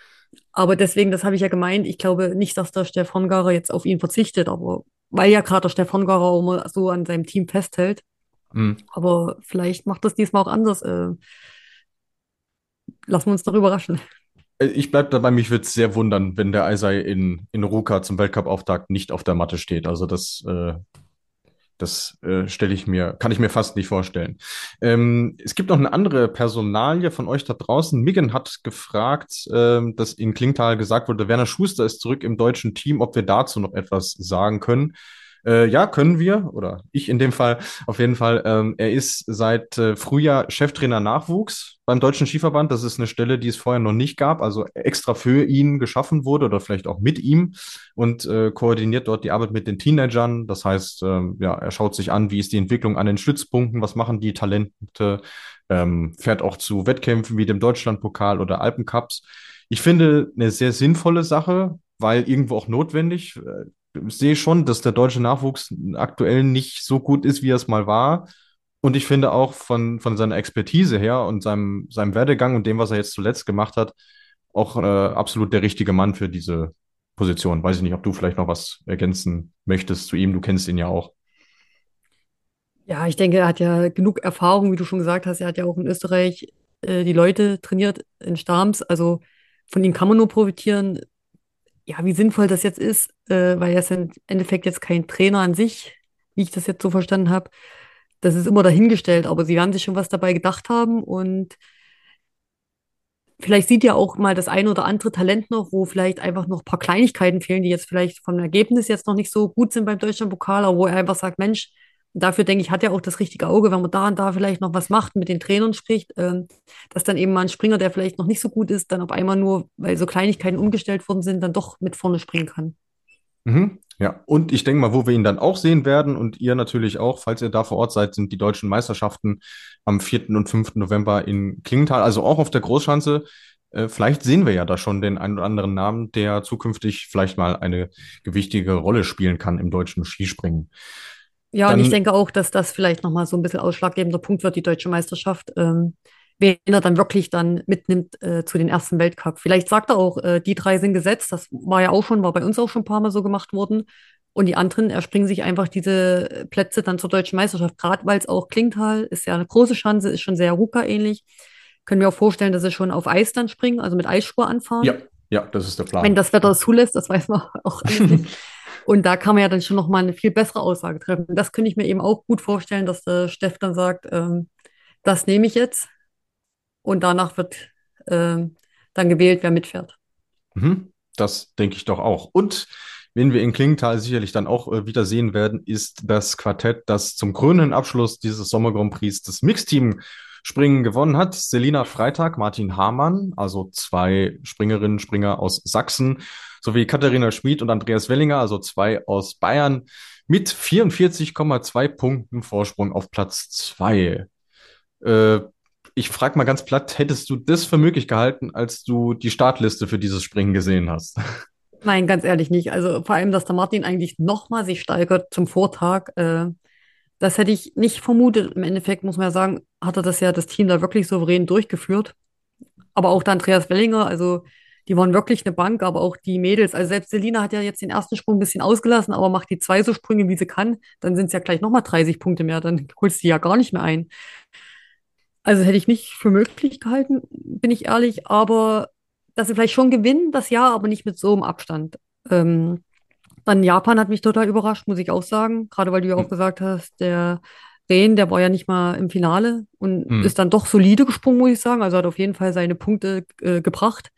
Aber deswegen, das habe ich ja gemeint, ich glaube nicht, dass der Stefan Garer jetzt auf ihn verzichtet, aber weil ja gerade der Stefan Garer auch immer so an seinem Team festhält. Hm. Aber vielleicht macht das diesmal auch anders. Äh, lassen wir uns darüber überraschen. Äh, Ich bleib dabei, mich würde es sehr wundern, wenn der Eisei in, in Ruka zum Weltcup-Auftakt nicht auf der Matte steht. Also das, äh, das äh, stelle ich mir, kann ich mir fast nicht vorstellen. Ähm, es gibt noch eine andere Personalie von euch da draußen. Miggen hat gefragt, ähm, dass in Klingtal gesagt wurde, Werner Schuster ist zurück im deutschen Team, ob wir dazu noch etwas sagen können. Äh, ja, können wir, oder ich in dem Fall auf jeden Fall. Ähm, er ist seit äh, Frühjahr Cheftrainer Nachwuchs beim Deutschen Skiverband. Das ist eine Stelle, die es vorher noch nicht gab, also extra für ihn geschaffen wurde oder vielleicht auch mit ihm und äh, koordiniert dort die Arbeit mit den Teenagern. Das heißt, ähm, ja, er schaut sich an, wie ist die Entwicklung an den Stützpunkten, was machen die Talente, ähm, fährt auch zu Wettkämpfen wie dem Deutschlandpokal oder Alpencups. Ich finde eine sehr sinnvolle Sache, weil irgendwo auch notwendig. Äh, Ich sehe schon, dass der deutsche Nachwuchs aktuell nicht so gut ist, wie er es mal war. Und ich finde auch von, von seiner Expertise her und seinem, seinem Werdegang und dem, was er jetzt zuletzt gemacht hat, auch äh, absolut der richtige Mann für diese Position. Weiß ich nicht, ob du vielleicht noch was ergänzen möchtest zu ihm. Du kennst ihn ja auch. Ja, ich denke, er hat ja genug Erfahrung, wie du schon gesagt hast. Er hat ja auch in Österreich äh, die Leute trainiert in Stams. Also von ihm kann man nur profitieren. Ja, wie sinnvoll das jetzt ist, äh, weil er ist im Endeffekt jetzt kein Trainer an sich, wie ich das jetzt so verstanden habe. Das ist immer dahingestellt, aber sie werden sich schon was dabei gedacht haben und vielleicht sieht ja auch mal das eine oder andere Talent noch, wo vielleicht einfach noch ein paar Kleinigkeiten fehlen, die jetzt vielleicht vom Ergebnis jetzt noch nicht so gut sind beim Deutschlandpokal, aber wo er einfach sagt, Mensch, dafür denke ich, hat er auch das richtige Auge, wenn man da und da vielleicht noch was macht, mit den Trainern spricht, ähm, dass dann eben mal ein Springer, der vielleicht noch nicht so gut ist, dann auf einmal nur, weil so Kleinigkeiten umgestellt worden sind, dann doch mit vorne springen kann. Mhm. Ja, und ich denke mal, wo wir ihn dann auch sehen werden und ihr natürlich auch, falls ihr da vor Ort seid, sind die deutschen Meisterschaften am vierten und fünften November in Klingenthal, also auch auf der Großschanze. Äh, vielleicht sehen wir ja da schon den einen oder anderen Namen, der zukünftig vielleicht mal eine gewichtige Rolle spielen kann im deutschen Skispringen. Ja, und ich Dann, denke auch, dass das vielleicht nochmal so ein bisschen ausschlaggebender Punkt wird, die deutsche Meisterschaft, ähm, wen er dann wirklich dann mitnimmt äh, zu den ersten Weltcup. Vielleicht sagt er auch, äh, die drei sind gesetzt. Das war ja auch schon, war bei uns auch schon ein paar Mal so gemacht worden. Und die anderen erspringen sich einfach diese Plätze dann zur deutschen Meisterschaft. Gerade weil es auch Klingenthal ist ja eine große Schanze, ist schon sehr Ruka-ähnlich. Können wir auch vorstellen, dass sie schon auf Eis dann springen, also mit Eisschuhe ja, anfahren. ja, das ist der Wenn Plan. das Wetter es zulässt, das weiß man auch alles nicht. Und da kann man ja dann schon nochmal eine viel bessere Aussage treffen. Das könnte ich mir eben auch gut vorstellen, dass der Steff dann sagt, ähm, das nehme ich jetzt und danach wird ähm, dann gewählt, wer mitfährt. Mhm, das denke ich doch auch. Und wen wir in Klingenthal sicherlich dann auch äh, wieder sehen werden, ist das Quartett, das zum krönenden Abschluss dieses Sommer Grand Prix das Mixteam Springen gewonnen hat. Selina Freitag, Martin Hamann, also zwei Springerinnen, Springer aus Sachsen, sowie Katharina Schmid und Andreas Wellinger, also zwei aus Bayern, mit vierundvierzig Komma zwei Punkten Vorsprung auf Platz zwei. Äh, Ich frage mal ganz platt, hättest du das für möglich gehalten, als du die Startliste für dieses Springen gesehen hast? Nein, ganz ehrlich nicht. Also vor allem, dass der Martin eigentlich nochmal sich steigert zum Vortag, äh, das hätte ich nicht vermutet. Im Endeffekt muss man ja sagen, hat er das ja das Team da wirklich souverän durchgeführt. Aber auch der Andreas Wellinger, also die waren wirklich eine Bank, aber auch die Mädels. Also selbst Selina hat ja jetzt den ersten Sprung ein bisschen ausgelassen, aber macht die zwei so Sprünge, wie sie kann, dann sind es ja gleich nochmal dreißig Punkte mehr, dann holst du die ja gar nicht mehr ein. Also hätte ich nicht für möglich gehalten, bin ich ehrlich, aber dass sie vielleicht schon gewinnen, das Jahr, aber nicht mit so einem Abstand. Ähm, dann Japan hat mich total überrascht, muss ich auch sagen, gerade weil du ja auch gesagt hast, der Rehn, der war ja nicht mal im Finale und Hm, ist dann doch solide gesprungen, muss ich sagen. Also hat auf jeden Fall seine Punkte äh, gebracht.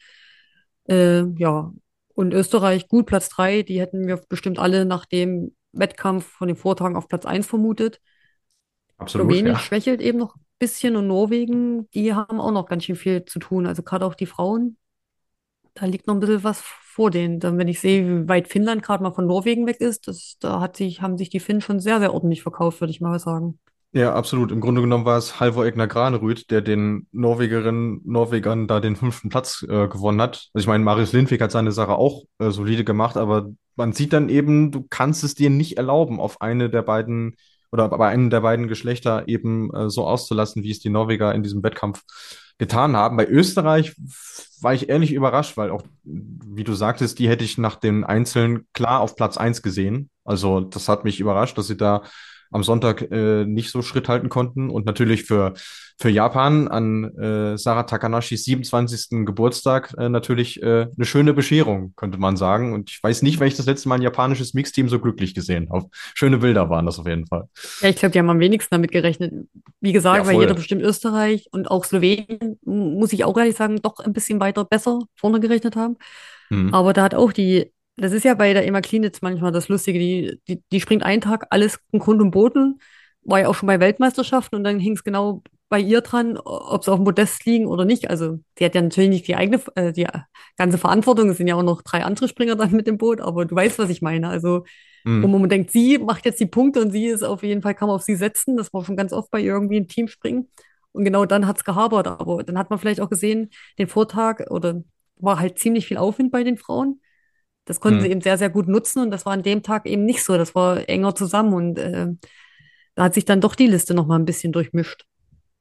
Äh, ja, und Österreich gut, Platz drei, die hätten wir bestimmt alle nach dem Wettkampf von den Vortagen auf Platz eins vermutet. absolut, Slowenien ja. schwächelt eben noch ein bisschen und Norwegen, die haben auch noch ganz schön viel zu tun. Also gerade auch die Frauen, da liegt noch ein bisschen was vor denen. Dann, wenn ich sehe, wie weit Finnland gerade mal von Norwegen weg ist, das, da hat sich, haben sich die Finnen schon sehr, sehr ordentlich verkauft, würde ich mal sagen. Ja, absolut. Im Grunde genommen war es Halvor Egner Granerüd, der den Norwegerinnen, Norwegern da den fünften Platz äh, gewonnen hat. Also ich meine, Marius Lindvik hat seine Sache auch äh, solide gemacht, aber man sieht dann eben, du kannst es dir nicht erlauben, auf eine der beiden oder bei einem der beiden Geschlechter eben äh, so auszulassen, wie es die Norweger in diesem Wettkampf getan haben. Bei Österreich war ich ehrlich überrascht, weil auch, wie du sagtest, die hätte ich nach den Einzelnen klar auf Platz eins gesehen. Also das hat mich überrascht, dass sie da am Sonntag äh, nicht so Schritt halten konnten. Und natürlich für, für Japan an äh, Sarah Takanashis siebenundzwanzigsten Geburtstag äh, natürlich äh, eine schöne Bescherung, könnte man sagen. Und ich weiß nicht, wenn ich das letzte Mal ein japanisches Mixteam so glücklich gesehen habe. Schöne Bilder waren das auf jeden Fall. Ja, ich glaube, die haben am wenigsten damit gerechnet. Wie Ja, gesagt, weil jeder voll. bestimmt Österreich und auch Slowenien, m- muss ich auch ehrlich sagen, doch ein bisschen weiter besser vorne gerechnet haben. Mhm. Aber da hat auch die, das ist ja bei der Emma Klinitz manchmal das Lustige, die, die, die springt einen Tag alles in Grund und Boden, war ja auch schon bei Weltmeisterschaften und dann hing es genau bei ihr dran, ob sie auf dem Podest liegen oder nicht. Also sie hat ja natürlich nicht die eigene, äh, die ganze Verantwortung, es sind ja auch noch drei andere Springer dann mit dem Boot, aber du weißt, was ich meine. Also wo Mhm. man denkt, sie macht jetzt die Punkte und sie ist auf jeden Fall, kann man auf sie setzen. Das war schon ganz oft bei ihr irgendwie ein Teamspringen. Und genau dann hat es gehabert. Aber dann hat man vielleicht auch gesehen, den Vortag oder war halt ziemlich viel Aufwind bei den Frauen. Das konnten sie Mhm. eben sehr, sehr gut nutzen und das war an dem Tag eben nicht so. Das war enger zusammen und äh, da hat sich dann doch die Liste noch mal ein bisschen durchmischt.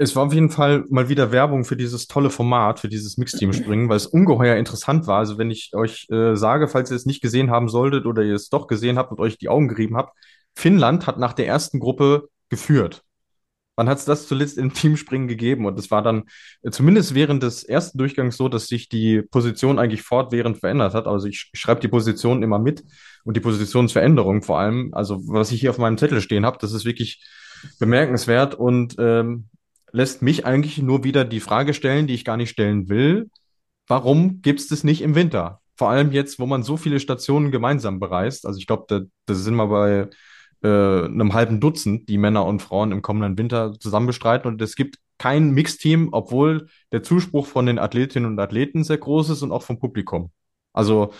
Es war auf jeden Fall mal wieder Werbung für dieses tolle Format, für dieses Mixteam-Springen, weil es ungeheuer interessant war. Also wenn ich euch äh, sage, falls ihr es nicht gesehen haben solltet oder ihr es doch gesehen habt und euch die Augen gerieben habt, Finnland hat nach der ersten Gruppe geführt. Wann hat es das zuletzt im Teamspringen gegeben? Und es war dann äh, zumindest während des ersten Durchgangs so, dass sich die Position eigentlich fortwährend verändert hat. Also ich, ich schreibe die Positionen immer mit und die Positionsveränderung vor allem. Also was ich hier auf meinem Zettel stehen habe, das ist wirklich bemerkenswert und ähm, lässt mich eigentlich nur wieder die Frage stellen, die ich gar nicht stellen will. Warum gibt es das nicht im Winter? Vor allem jetzt, wo man so viele Stationen gemeinsam bereist. Also ich glaube, da, da sind wir bei äh, einem halben Dutzend, die Männer und Frauen im kommenden Winter zusammen bestreiten. Und es gibt kein Mixteam, obwohl der Zuspruch von den Athletinnen und Athleten sehr groß ist und auch vom Publikum. Also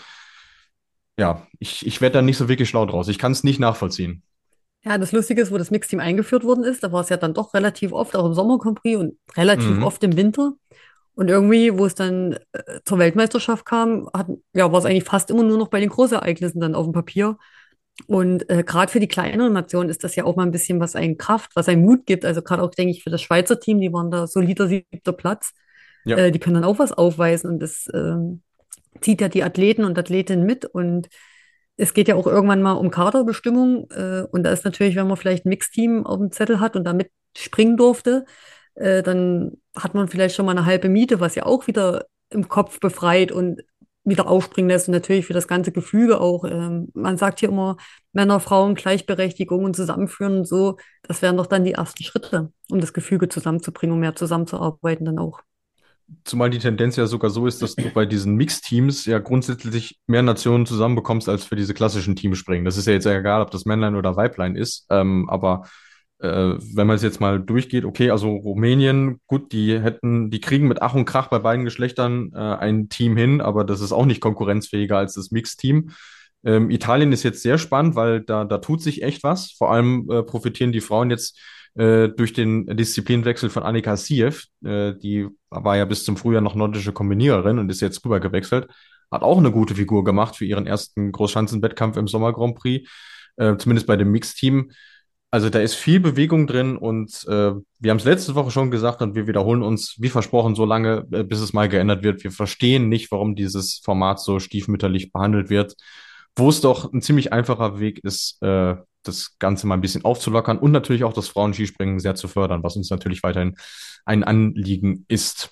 ja, ich, ich werde da nicht so wirklich schlau draus. Ich kann es nicht nachvollziehen. Ja, das Lustige ist, wo das Mixteam eingeführt worden ist, da war es ja dann doch relativ oft, auch im Sommer Grand Prix und relativ Mhm. oft im Winter. Und irgendwie, wo es dann äh, zur Weltmeisterschaft kam, hat, ja, war es eigentlich fast immer nur noch bei den Großereignissen dann auf dem Papier. Und äh, gerade für die kleineren Nationen ist das ja auch mal ein bisschen was einen Kraft, was einen Mut gibt. Also gerade auch, denke ich, für das Schweizer Team, die waren da solider siebter Platz. Ja. Äh, die können dann auch was aufweisen und das ähm, zieht ja die Athleten und Athletinnen mit. Und es geht ja auch irgendwann mal um Kaderbestimmung. Äh, und da ist natürlich, wenn man vielleicht ein Mixteam auf dem Zettel hat und damit springen durfte, äh, dann hat man vielleicht schon mal eine halbe Miete, was ja auch wieder im Kopf befreit und wieder aufspringen lässt und natürlich für das ganze Gefüge auch. Ähm, man sagt hier immer Männer, Frauen, Gleichberechtigung und Zusammenführen und so. Das wären doch dann die ersten Schritte, um das Gefüge zusammenzubringen, um mehr zusammenzuarbeiten dann auch. Zumal die Tendenz ja sogar so ist, dass du bei diesen Mixteams ja grundsätzlich mehr Nationen zusammenbekommst als für diese klassischen Teamspringen. Das ist ja jetzt egal, ob das Männlein oder Weiblein ist. Ähm, aber äh, wenn man es jetzt mal durchgeht, okay, also Rumänien, gut, die hätten, die kriegen mit Ach und Krach bei beiden Geschlechtern äh, ein Team hin, aber das ist auch nicht konkurrenzfähiger als das Mixteam. Ähm, Italien ist jetzt sehr spannend, weil da, da tut sich echt was. Vor allem äh, profitieren die Frauen jetzt äh, durch den Disziplinwechsel von Annika Siev. Äh, die war ja bis zum Frühjahr noch nordische Kombiniererin und ist jetzt rüber gewechselt. Hat auch eine gute Figur gemacht für ihren ersten Großschanzenwettkampf im Sommer Grand Prix, äh, zumindest bei dem Mixteam. Also da ist viel Bewegung drin und äh, wir haben es letzte Woche schon gesagt und wir wiederholen uns, wie versprochen, so lange, äh, bis es mal geändert wird. Wir verstehen nicht, warum dieses Format so stiefmütterlich behandelt wird, wo es doch ein ziemlich einfacher Weg ist, äh, das Ganze mal ein bisschen aufzulockern und natürlich auch das Frauenskispringen sehr zu fördern, was uns natürlich weiterhin ein Anliegen ist.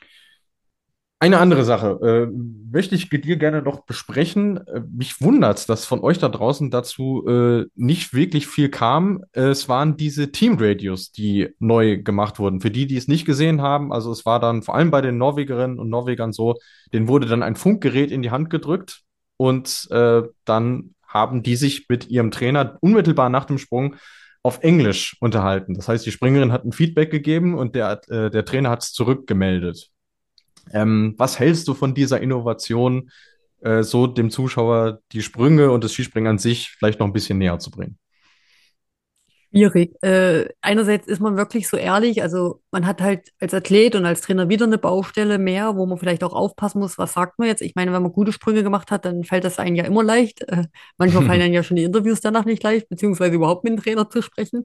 Eine andere Sache äh, möchte ich mit dir gerne noch besprechen. Äh, mich wundert, dass von euch da draußen dazu äh, nicht wirklich viel kam. Äh, es waren diese Teamradios, die neu gemacht wurden. Für die, die es nicht gesehen haben, also es war dann vor allem bei den Norwegerinnen und Norwegern so, denen wurde dann ein Funkgerät in die Hand gedrückt und äh, dann haben die sich mit ihrem Trainer unmittelbar nach dem Sprung auf Englisch unterhalten. Das heißt, die Springerin hat ein Feedback gegeben und der, äh, der Trainer hat es zurückgemeldet. Ähm, was hältst du von dieser Innovation, äh, so dem Zuschauer die Sprünge und das Skispringen an sich vielleicht noch ein bisschen näher zu bringen? Schwierig. Äh, einerseits ist man wirklich so ehrlich, also man hat halt als Athlet und als Trainer wieder eine Baustelle mehr, wo man vielleicht auch aufpassen muss, was sagt man jetzt. Ich meine, wenn man gute Sprünge gemacht hat, dann fällt das einem ja immer leicht. Äh, manchmal fallen einem ja schon die Interviews danach nicht leicht, beziehungsweise überhaupt mit dem Trainer zu sprechen.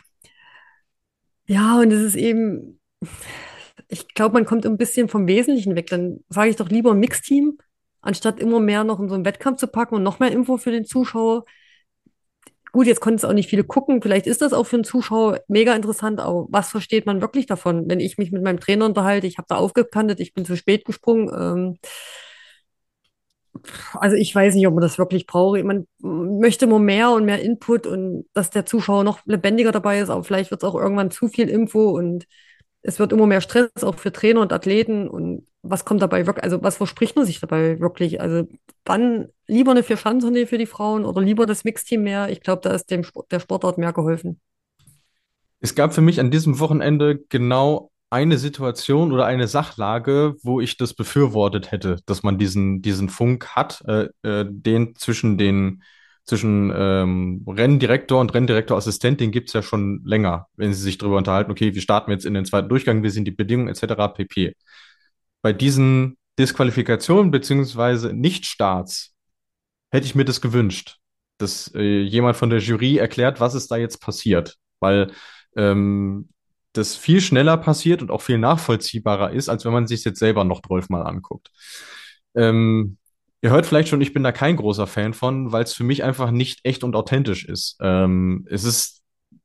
Ja, und es ist eben, ich glaube, man kommt ein bisschen vom Wesentlichen weg. Dann sage ich doch lieber ein Mixteam, anstatt immer mehr noch in so einen Wettkampf zu packen und noch mehr Info für den Zuschauer. Gut, jetzt konnten es auch nicht viele gucken. Vielleicht ist das auch für einen Zuschauer mega interessant, aber was versteht man wirklich davon, wenn ich mich mit meinem Trainer unterhalte? Ich habe da aufgekantet, ich bin zu spät gesprungen. Ähm, also ich weiß nicht, ob man das wirklich braucht. Man möchte immer mehr und mehr Input und dass der Zuschauer noch lebendiger dabei ist, aber vielleicht wird es auch irgendwann zu viel Info und es wird immer mehr Stress, auch für Trainer und Athleten. Und was kommt dabei wirklich, also was verspricht man sich dabei wirklich? Also dann lieber eine Vierschanzentournee für die Frauen oder lieber das Mixteam mehr. Ich glaube, da ist dem Sport, der Sportart mehr geholfen. Es gab für mich an diesem Wochenende genau eine Situation oder eine Sachlage, wo ich das befürwortet hätte, dass man diesen, diesen Funk hat, äh, äh, den zwischen den zwischen ähm, Renndirektor und Renndirektorassistent, den gibt's ja schon länger, wenn sie sich darüber unterhalten, okay, wir starten jetzt in den zweiten Durchgang, wie sind die Bedingungen et cetera pp. Bei diesen Disqualifikationen beziehungsweise Nichtstarts hätte ich mir das gewünscht, dass äh, jemand von der Jury erklärt, was ist da jetzt passiert. Weil ähm, das viel schneller passiert und auch viel nachvollziehbarer ist, als wenn man sich jetzt selber noch zwölfmal anguckt. Ähm, Ihr hört vielleicht schon, ich bin da kein großer Fan von, weil es für mich einfach nicht echt und authentisch ist. Ähm, es ist,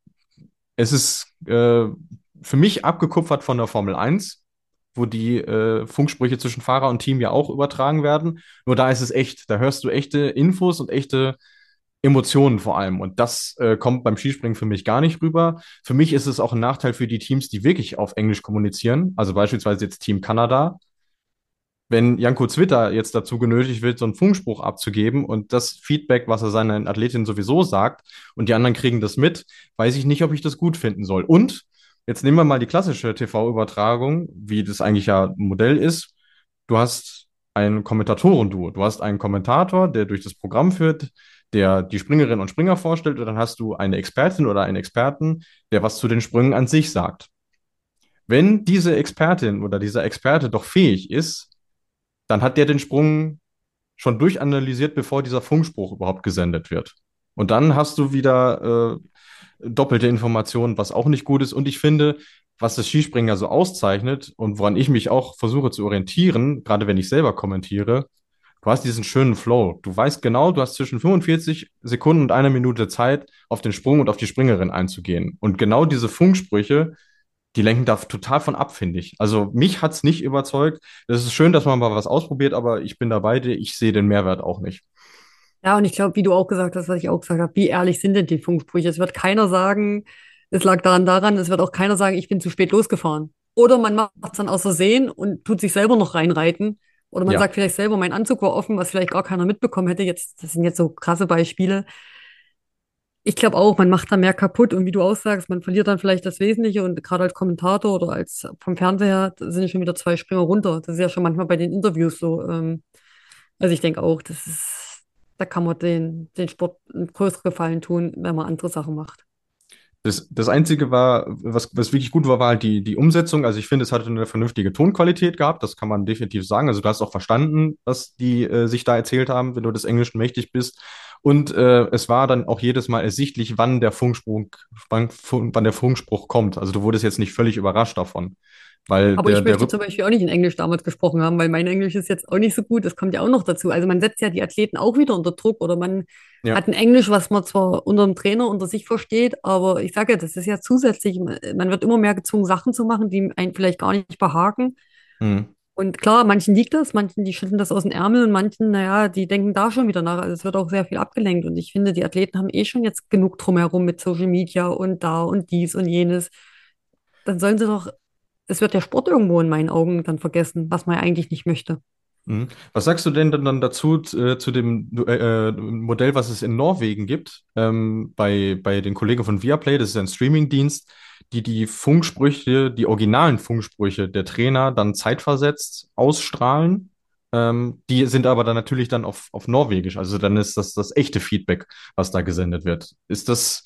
es ist äh, für mich abgekupfert von der Formel eins, wo die äh, Funksprüche zwischen Fahrer und Team ja auch übertragen werden. Nur da ist es echt. Da hörst du echte Infos und echte Emotionen vor allem. Und das äh, kommt beim Skispringen für mich gar nicht rüber. Für mich ist es auch ein Nachteil für die Teams, die wirklich auf Englisch kommunizieren. Also beispielsweise jetzt Team Kanada. Wenn Janko Zwitter jetzt dazu genötigt wird, so einen Funkspruch abzugeben und das Feedback, was er seinen Athletinnen sowieso sagt, und die anderen kriegen das mit, weiß ich nicht, ob ich das gut finden soll. Und jetzt nehmen wir mal die klassische T V-Übertragung, wie das eigentlich ja ein Modell ist. Du hast ein Kommentatorenduo. Du hast einen Kommentator, der durch das Programm führt, der die Springerinnen und Springer vorstellt, und dann hast du eine Expertin oder einen Experten, der was zu den Sprüngen an sich sagt. Wenn diese Expertin oder dieser Experte doch fähig ist, dann hat der den Sprung schon durchanalysiert, bevor dieser Funkspruch überhaupt gesendet wird. Und dann hast du wieder äh, doppelte Informationen, was auch nicht gut ist. Und ich finde, was das Skispringen ja so auszeichnet und woran ich mich auch versuche zu orientieren, gerade wenn ich selber kommentiere, du hast diesen schönen Flow. Du weißt genau, du hast zwischen fünfundvierzig Sekunden und einer Minute Zeit, auf den Sprung und auf die Springerin einzugehen. Und genau diese Funksprüche, die lenken da total von ab, finde ich. Also mich hat's nicht überzeugt. Das ist schön, dass man mal was ausprobiert, aber ich bin dabei, ich sehe den Mehrwert auch nicht. Ja, und ich glaube, wie du auch gesagt hast, was ich auch gesagt habe, wie ehrlich sind denn die Funksprüche? Es wird keiner sagen, es lag daran daran, es wird auch keiner sagen, ich bin zu spät losgefahren. Oder man macht es dann aus Versehen und tut sich selber noch reinreiten. Oder man Ja. sagt vielleicht selber, mein Anzug war offen, was vielleicht gar keiner mitbekommen hätte. Jetzt, das sind jetzt so krasse Beispiele. Ich glaube auch, man macht da mehr kaputt und wie du auch sagst, man verliert dann vielleicht das Wesentliche und gerade als Kommentator oder als vom Fernseher sind schon wieder zwei Springer runter. Das ist ja schon manchmal bei den Interviews so. Ähm, also ich denke auch, das ist, da kann man den, den Sport einen größeren Gefallen tun, wenn man andere Sachen macht. Das, das Einzige war, was, was wirklich gut war, war halt die, die Umsetzung. Also ich finde, es hatte eine vernünftige Tonqualität gehabt, das kann man definitiv sagen. Also du hast auch verstanden, was die äh, sich da erzählt haben, wenn du des Englischen mächtig bist. Und äh, es war dann auch jedes Mal ersichtlich, wann der Funkspruch, wann, wann der Funkspruch kommt. Also du wurdest jetzt nicht völlig überrascht davon, weil Aber der, ich der möchte Rhyth- zum Beispiel auch nicht in Englisch damals gesprochen haben, weil mein Englisch ist jetzt auch nicht so gut. Das kommt ja auch noch dazu. Also man setzt ja die Athleten auch wieder unter Druck oder man ja. hat ein Englisch, was man zwar unter dem Trainer unter sich versteht, aber ich sage ja, das ist ja zusätzlich. Man wird immer mehr gezwungen, Sachen zu machen, die einen vielleicht gar nicht behagen. Hm. Und klar, manchen liegt das, manchen, die schütteln das aus den Ärmel und manchen, naja, die denken da schon wieder nach. Also es wird auch sehr viel abgelenkt. Und ich finde, die Athleten haben eh schon jetzt genug drumherum mit Social Media und da und dies und jenes. Dann sollen sie doch, es wird der Sport irgendwo in meinen Augen dann vergessen, was man ja eigentlich nicht möchte. Mhm. Was sagst du denn dann dazu, äh, zu dem äh, äh, Modell, was es in Norwegen gibt, ähm, bei, bei den Kollegen von Viaplay, das ist ein Streamingdienst, die die Funksprüche, die originalen Funksprüche der Trainer dann zeitversetzt ausstrahlen. Ähm, die sind aber dann natürlich dann auf, auf Norwegisch, also dann ist das das echte Feedback, was da gesendet wird. Ist das,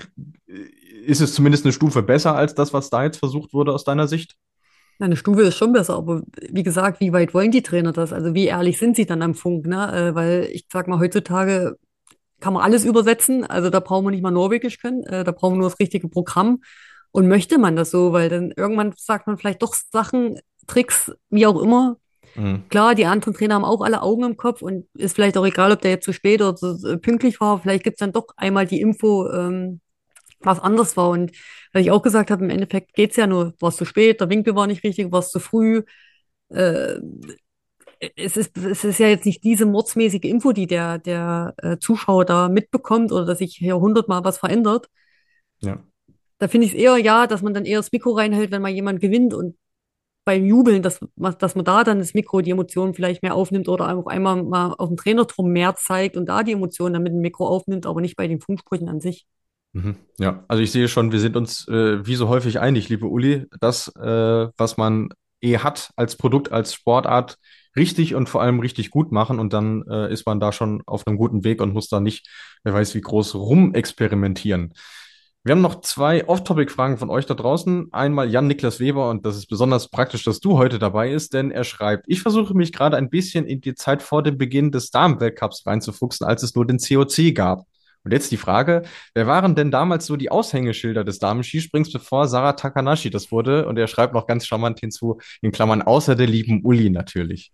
ist es zumindest eine Stufe besser als das, was da jetzt versucht wurde aus deiner Sicht? Ja, eine Stufe ist schon besser, aber wie gesagt, wie weit wollen die Trainer das? Also wie ehrlich sind sie dann am Funk, ne? Äh, weil ich sag mal, heutzutage kann man alles übersetzen. Also da brauchen wir nicht mal Norwegisch können, äh, da brauchen wir nur das richtige Programm. Und möchte man das so, weil dann irgendwann sagt man vielleicht doch Sachen, Tricks, wie auch immer. Mhm. Klar, die anderen Trainer haben auch alle Augen im Kopf und ist vielleicht auch egal, ob der jetzt zu spät oder zu äh, pünktlich war. Vielleicht gibt's dann doch einmal die Info, ähm, was anders war. Und weil ich auch gesagt habe, im Endeffekt geht's ja nur, warst zu spät, der Winkel war nicht richtig, warst zu früh. Äh, es ist, es ist ja jetzt nicht diese mordsmäßige Info, die der, der äh, Zuschauer da mitbekommt oder dass sich hier hundertmal was verändert. Ja. Da finde ich es eher, ja, dass man dann eher das Mikro reinhält, wenn mal jemand gewinnt und beim Jubeln, dass, man- dass man da dann das Mikro, die Emotionen vielleicht mehr aufnimmt oder auch einmal mal auf dem Trainerturm mehr zeigt und da die Emotionen dann mit dem Mikro aufnimmt, aber nicht bei den Funksprüchen an sich. Mhm. Ja, also ich sehe schon, wir sind uns äh, wie so häufig einig, liebe Uli, das, äh, was man eh hat als Produkt, als Sportart, richtig und vor allem richtig gut machen und dann äh, ist man da schon auf einem guten Weg und muss da nicht, wer weiß wie groß, rumexperimentieren. Wir haben noch zwei Off-Topic-Fragen von euch da draußen. Einmal Jan-Niklas Weber und das ist besonders praktisch, dass du heute dabei bist, denn er schreibt, ich versuche mich gerade ein bisschen in die Zeit vor dem Beginn des Damenweltcups reinzufuchsen, als es nur den C O C gab. Und jetzt die Frage, wer waren denn damals so die Aushängeschilder des Damen-Skisprings, bevor Sarah Takanashi das wurde? Und er schreibt noch ganz charmant hinzu, in Klammern, außer der lieben Uli natürlich.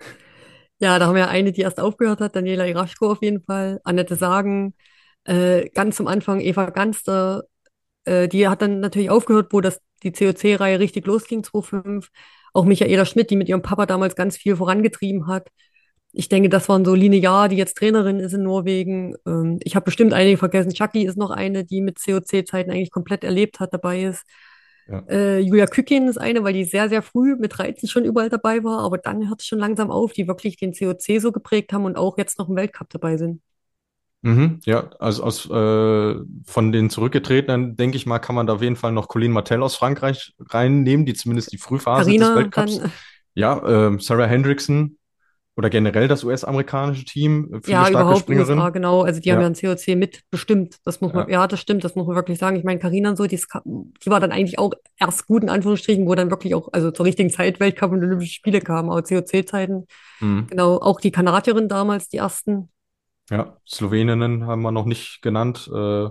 Ja, da haben wir eine, die erst aufgehört hat, Daniela Iraschko auf jeden Fall, Annette Sagen, äh, ganz zum Anfang Eva Ganster, äh, die hat dann natürlich aufgehört, wo das die C O C-Reihe richtig losging, zweitausendfünf. Auch Michaela Schmidt, die mit ihrem Papa damals ganz viel vorangetrieben hat. Ich denke, das waren so Linear, die jetzt Trainerin ist in Norwegen. Ähm, ich habe bestimmt einige vergessen. Chucky ist noch eine, die mit C O C-Zeiten eigentlich komplett erlebt hat, dabei ist. Ja. Äh, Julia Kükin ist eine, weil die sehr, sehr früh mit dreizehn schon überall dabei war, aber dann hört es schon langsam auf, die wirklich den C O C so geprägt haben und auch jetzt noch im Weltcup dabei sind. Mhm, ja, also aus äh, von den Zurückgetretenen, denke ich mal, kann man da auf jeden Fall noch Colleen Martell aus Frankreich reinnehmen, die zumindest die Frühphase des Carina Weltcups. dann, Ja, ähm, Sarah Hendrickson oder generell das U S-amerikanische Team, äh, viele ja, starke überhaupt U S A, Springerinnen. genau. Also die haben ja Ja, ein C O C mitbestimmt. Das muss man, ja. ja, das stimmt, das muss man wirklich sagen. Ich meine, Carina und so, die, ist, die war dann eigentlich auch erst gut in Anführungsstrichen, wo dann wirklich auch, also zur richtigen Zeit Weltcup und Olympische Spiele kamen, auch C O C-Zeiten. Mhm. Genau, auch die Kanadierin damals, die ersten. Ja, Sloweninnen haben wir noch nicht genannt. Äh,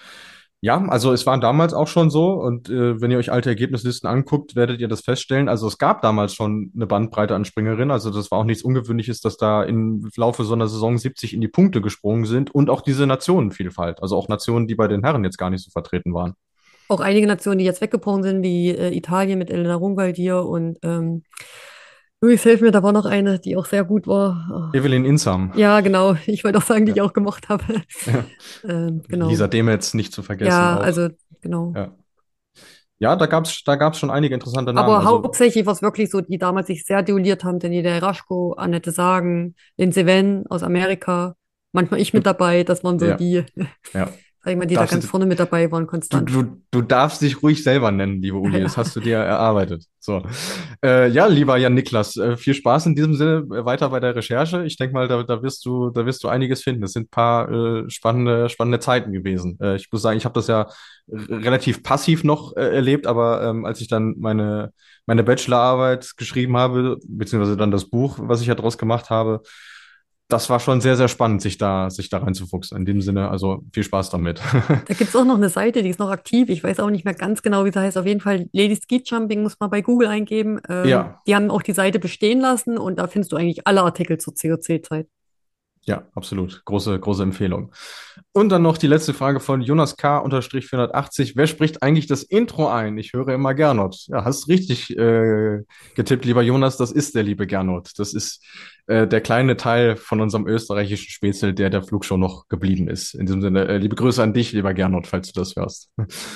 ja, also es war damals auch schon so und äh, wenn ihr euch alte Ergebnislisten anguckt, werdet ihr das feststellen. Also es gab damals schon eine Bandbreite an Springerinnen. Also das war auch nichts Ungewöhnliches, dass da im Laufe so einer Saison siebzig in die Punkte gesprungen sind und auch diese Nationenvielfalt. Also auch Nationen, die bei den Herren jetzt gar nicht so vertreten waren. Auch einige Nationen, die jetzt weggebrochen sind, wie äh, Italien mit Elena Rungaldir und ähm, Luis, hilf mir, da war noch eine, die auch sehr gut war. Evelyn Insam, Oh. Ja, genau. Ich wollte auch sagen, die ja. ich auch gemocht habe. Ja. Ähm, genau. Lisa Demetz nicht zu vergessen Ja, auch. also genau. Ja, ja, da gab's, da gab's schon einige interessante Namen. Aber Also hauptsächlich war es wirklich so, die damals sich sehr duelliert haben. Daniela Raschko, Annette Sagen, Lindsey Venn aus Amerika. Manchmal ich mit dabei. Das waren so ja, die, ja. sag ich mal, die da Darfst ganz du, vorne mit dabei waren, du, konstant. du, du darfst dich ruhig selber nennen, liebe Ja, Uli. Das ja. hast du dir erarbeitet. So. Äh, ja, lieber Jan Niklas, äh, viel Spaß in diesem Sinne äh, weiter bei der Recherche. Ich denke mal, da, da wirst du, da wirst du einiges finden. Das sind ein paar äh, spannende, spannende Zeiten gewesen. Äh, ich muss sagen, ich habe das ja r- relativ passiv noch äh, erlebt, aber ähm, als ich dann meine, meine Bachelorarbeit geschrieben habe, beziehungsweise dann das Buch, was ich ja draus gemacht habe, das war schon sehr, sehr spannend, sich da, sich da reinzufuchsen. In dem Sinne, also viel Spaß damit. Da gibt's auch noch eine Seite, die ist noch aktiv. Ich weiß auch nicht mehr ganz genau, wie sie heißt. Auf jeden Fall Lady Ski Jumping muss man bei Google eingeben. Ähm, Ja, die haben auch die Seite bestehen lassen und da findest du eigentlich alle Artikel zur C O C-Zeit. ja, absolut. Große, große Empfehlung. Und dann noch die letzte Frage von Jonas K. vierhundertachtzig. Wer spricht eigentlich das Intro ein? Ich höre immer Gernot. Ja, hast richtig äh, getippt, lieber Jonas. Das ist der liebe Gernot. Das ist äh, der kleine Teil von unserem österreichischen Spätzle, der der Flugshow noch geblieben ist. In diesem Sinne, äh, liebe Grüße an dich, lieber Gernot, falls du das hörst.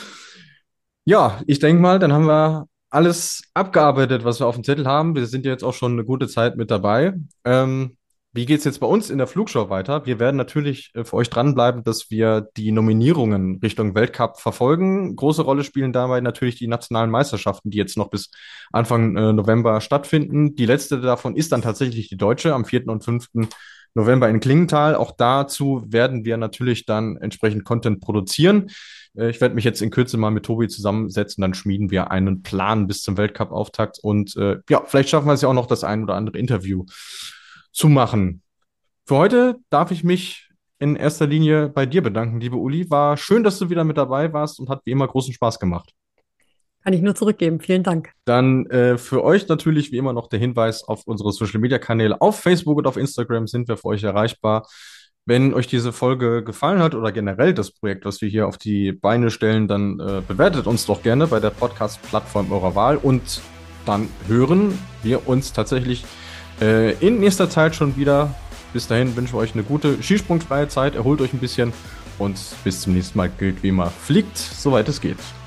Ja, ich denke mal, dann haben wir alles abgearbeitet, was wir auf dem Zettel haben. Wir sind jetzt auch schon eine gute Zeit mit dabei. Ähm, wie geht's jetzt bei uns in der Flugschau weiter? Wir werden natürlich äh, für euch dranbleiben, dass wir die Nominierungen Richtung Weltcup verfolgen. Große Rolle spielen dabei natürlich die nationalen Meisterschaften, die jetzt noch bis Anfang äh, November stattfinden. Die letzte davon ist dann tatsächlich die deutsche am vierten und fünften November in Klingenthal. Auch dazu werden wir natürlich dann entsprechend Content produzieren. Äh, Ich werde mich jetzt in Kürze mal mit Tobi zusammensetzen, dann schmieden wir einen Plan bis zum Weltcup-Auftakt und äh, ja, vielleicht schaffen wir es ja auch noch, das ein oder andere Interview zu machen. Für heute darf ich mich in erster Linie bei dir bedanken, liebe Uli. War schön, dass du wieder mit dabei warst und hat wie immer großen Spaß gemacht. Kann ich nur zurückgeben. Vielen Dank. Dann äh, für euch natürlich wie immer noch der Hinweis auf unsere Social-Media-Kanäle. Auf Facebook und auf Instagram sind wir für euch erreichbar. Wenn euch diese Folge gefallen hat oder generell das Projekt, was wir hier auf die Beine stellen, dann äh, bewertet uns doch gerne bei der Podcast-Plattform eurer Wahl und dann hören wir uns tatsächlich äh, in nächster Zeit schon wieder. Bis dahin wünschen wir euch eine gute skisprungfreie Zeit, erholt euch ein bisschen und bis zum nächsten Mal gilt wie immer, fliegt, soweit es geht.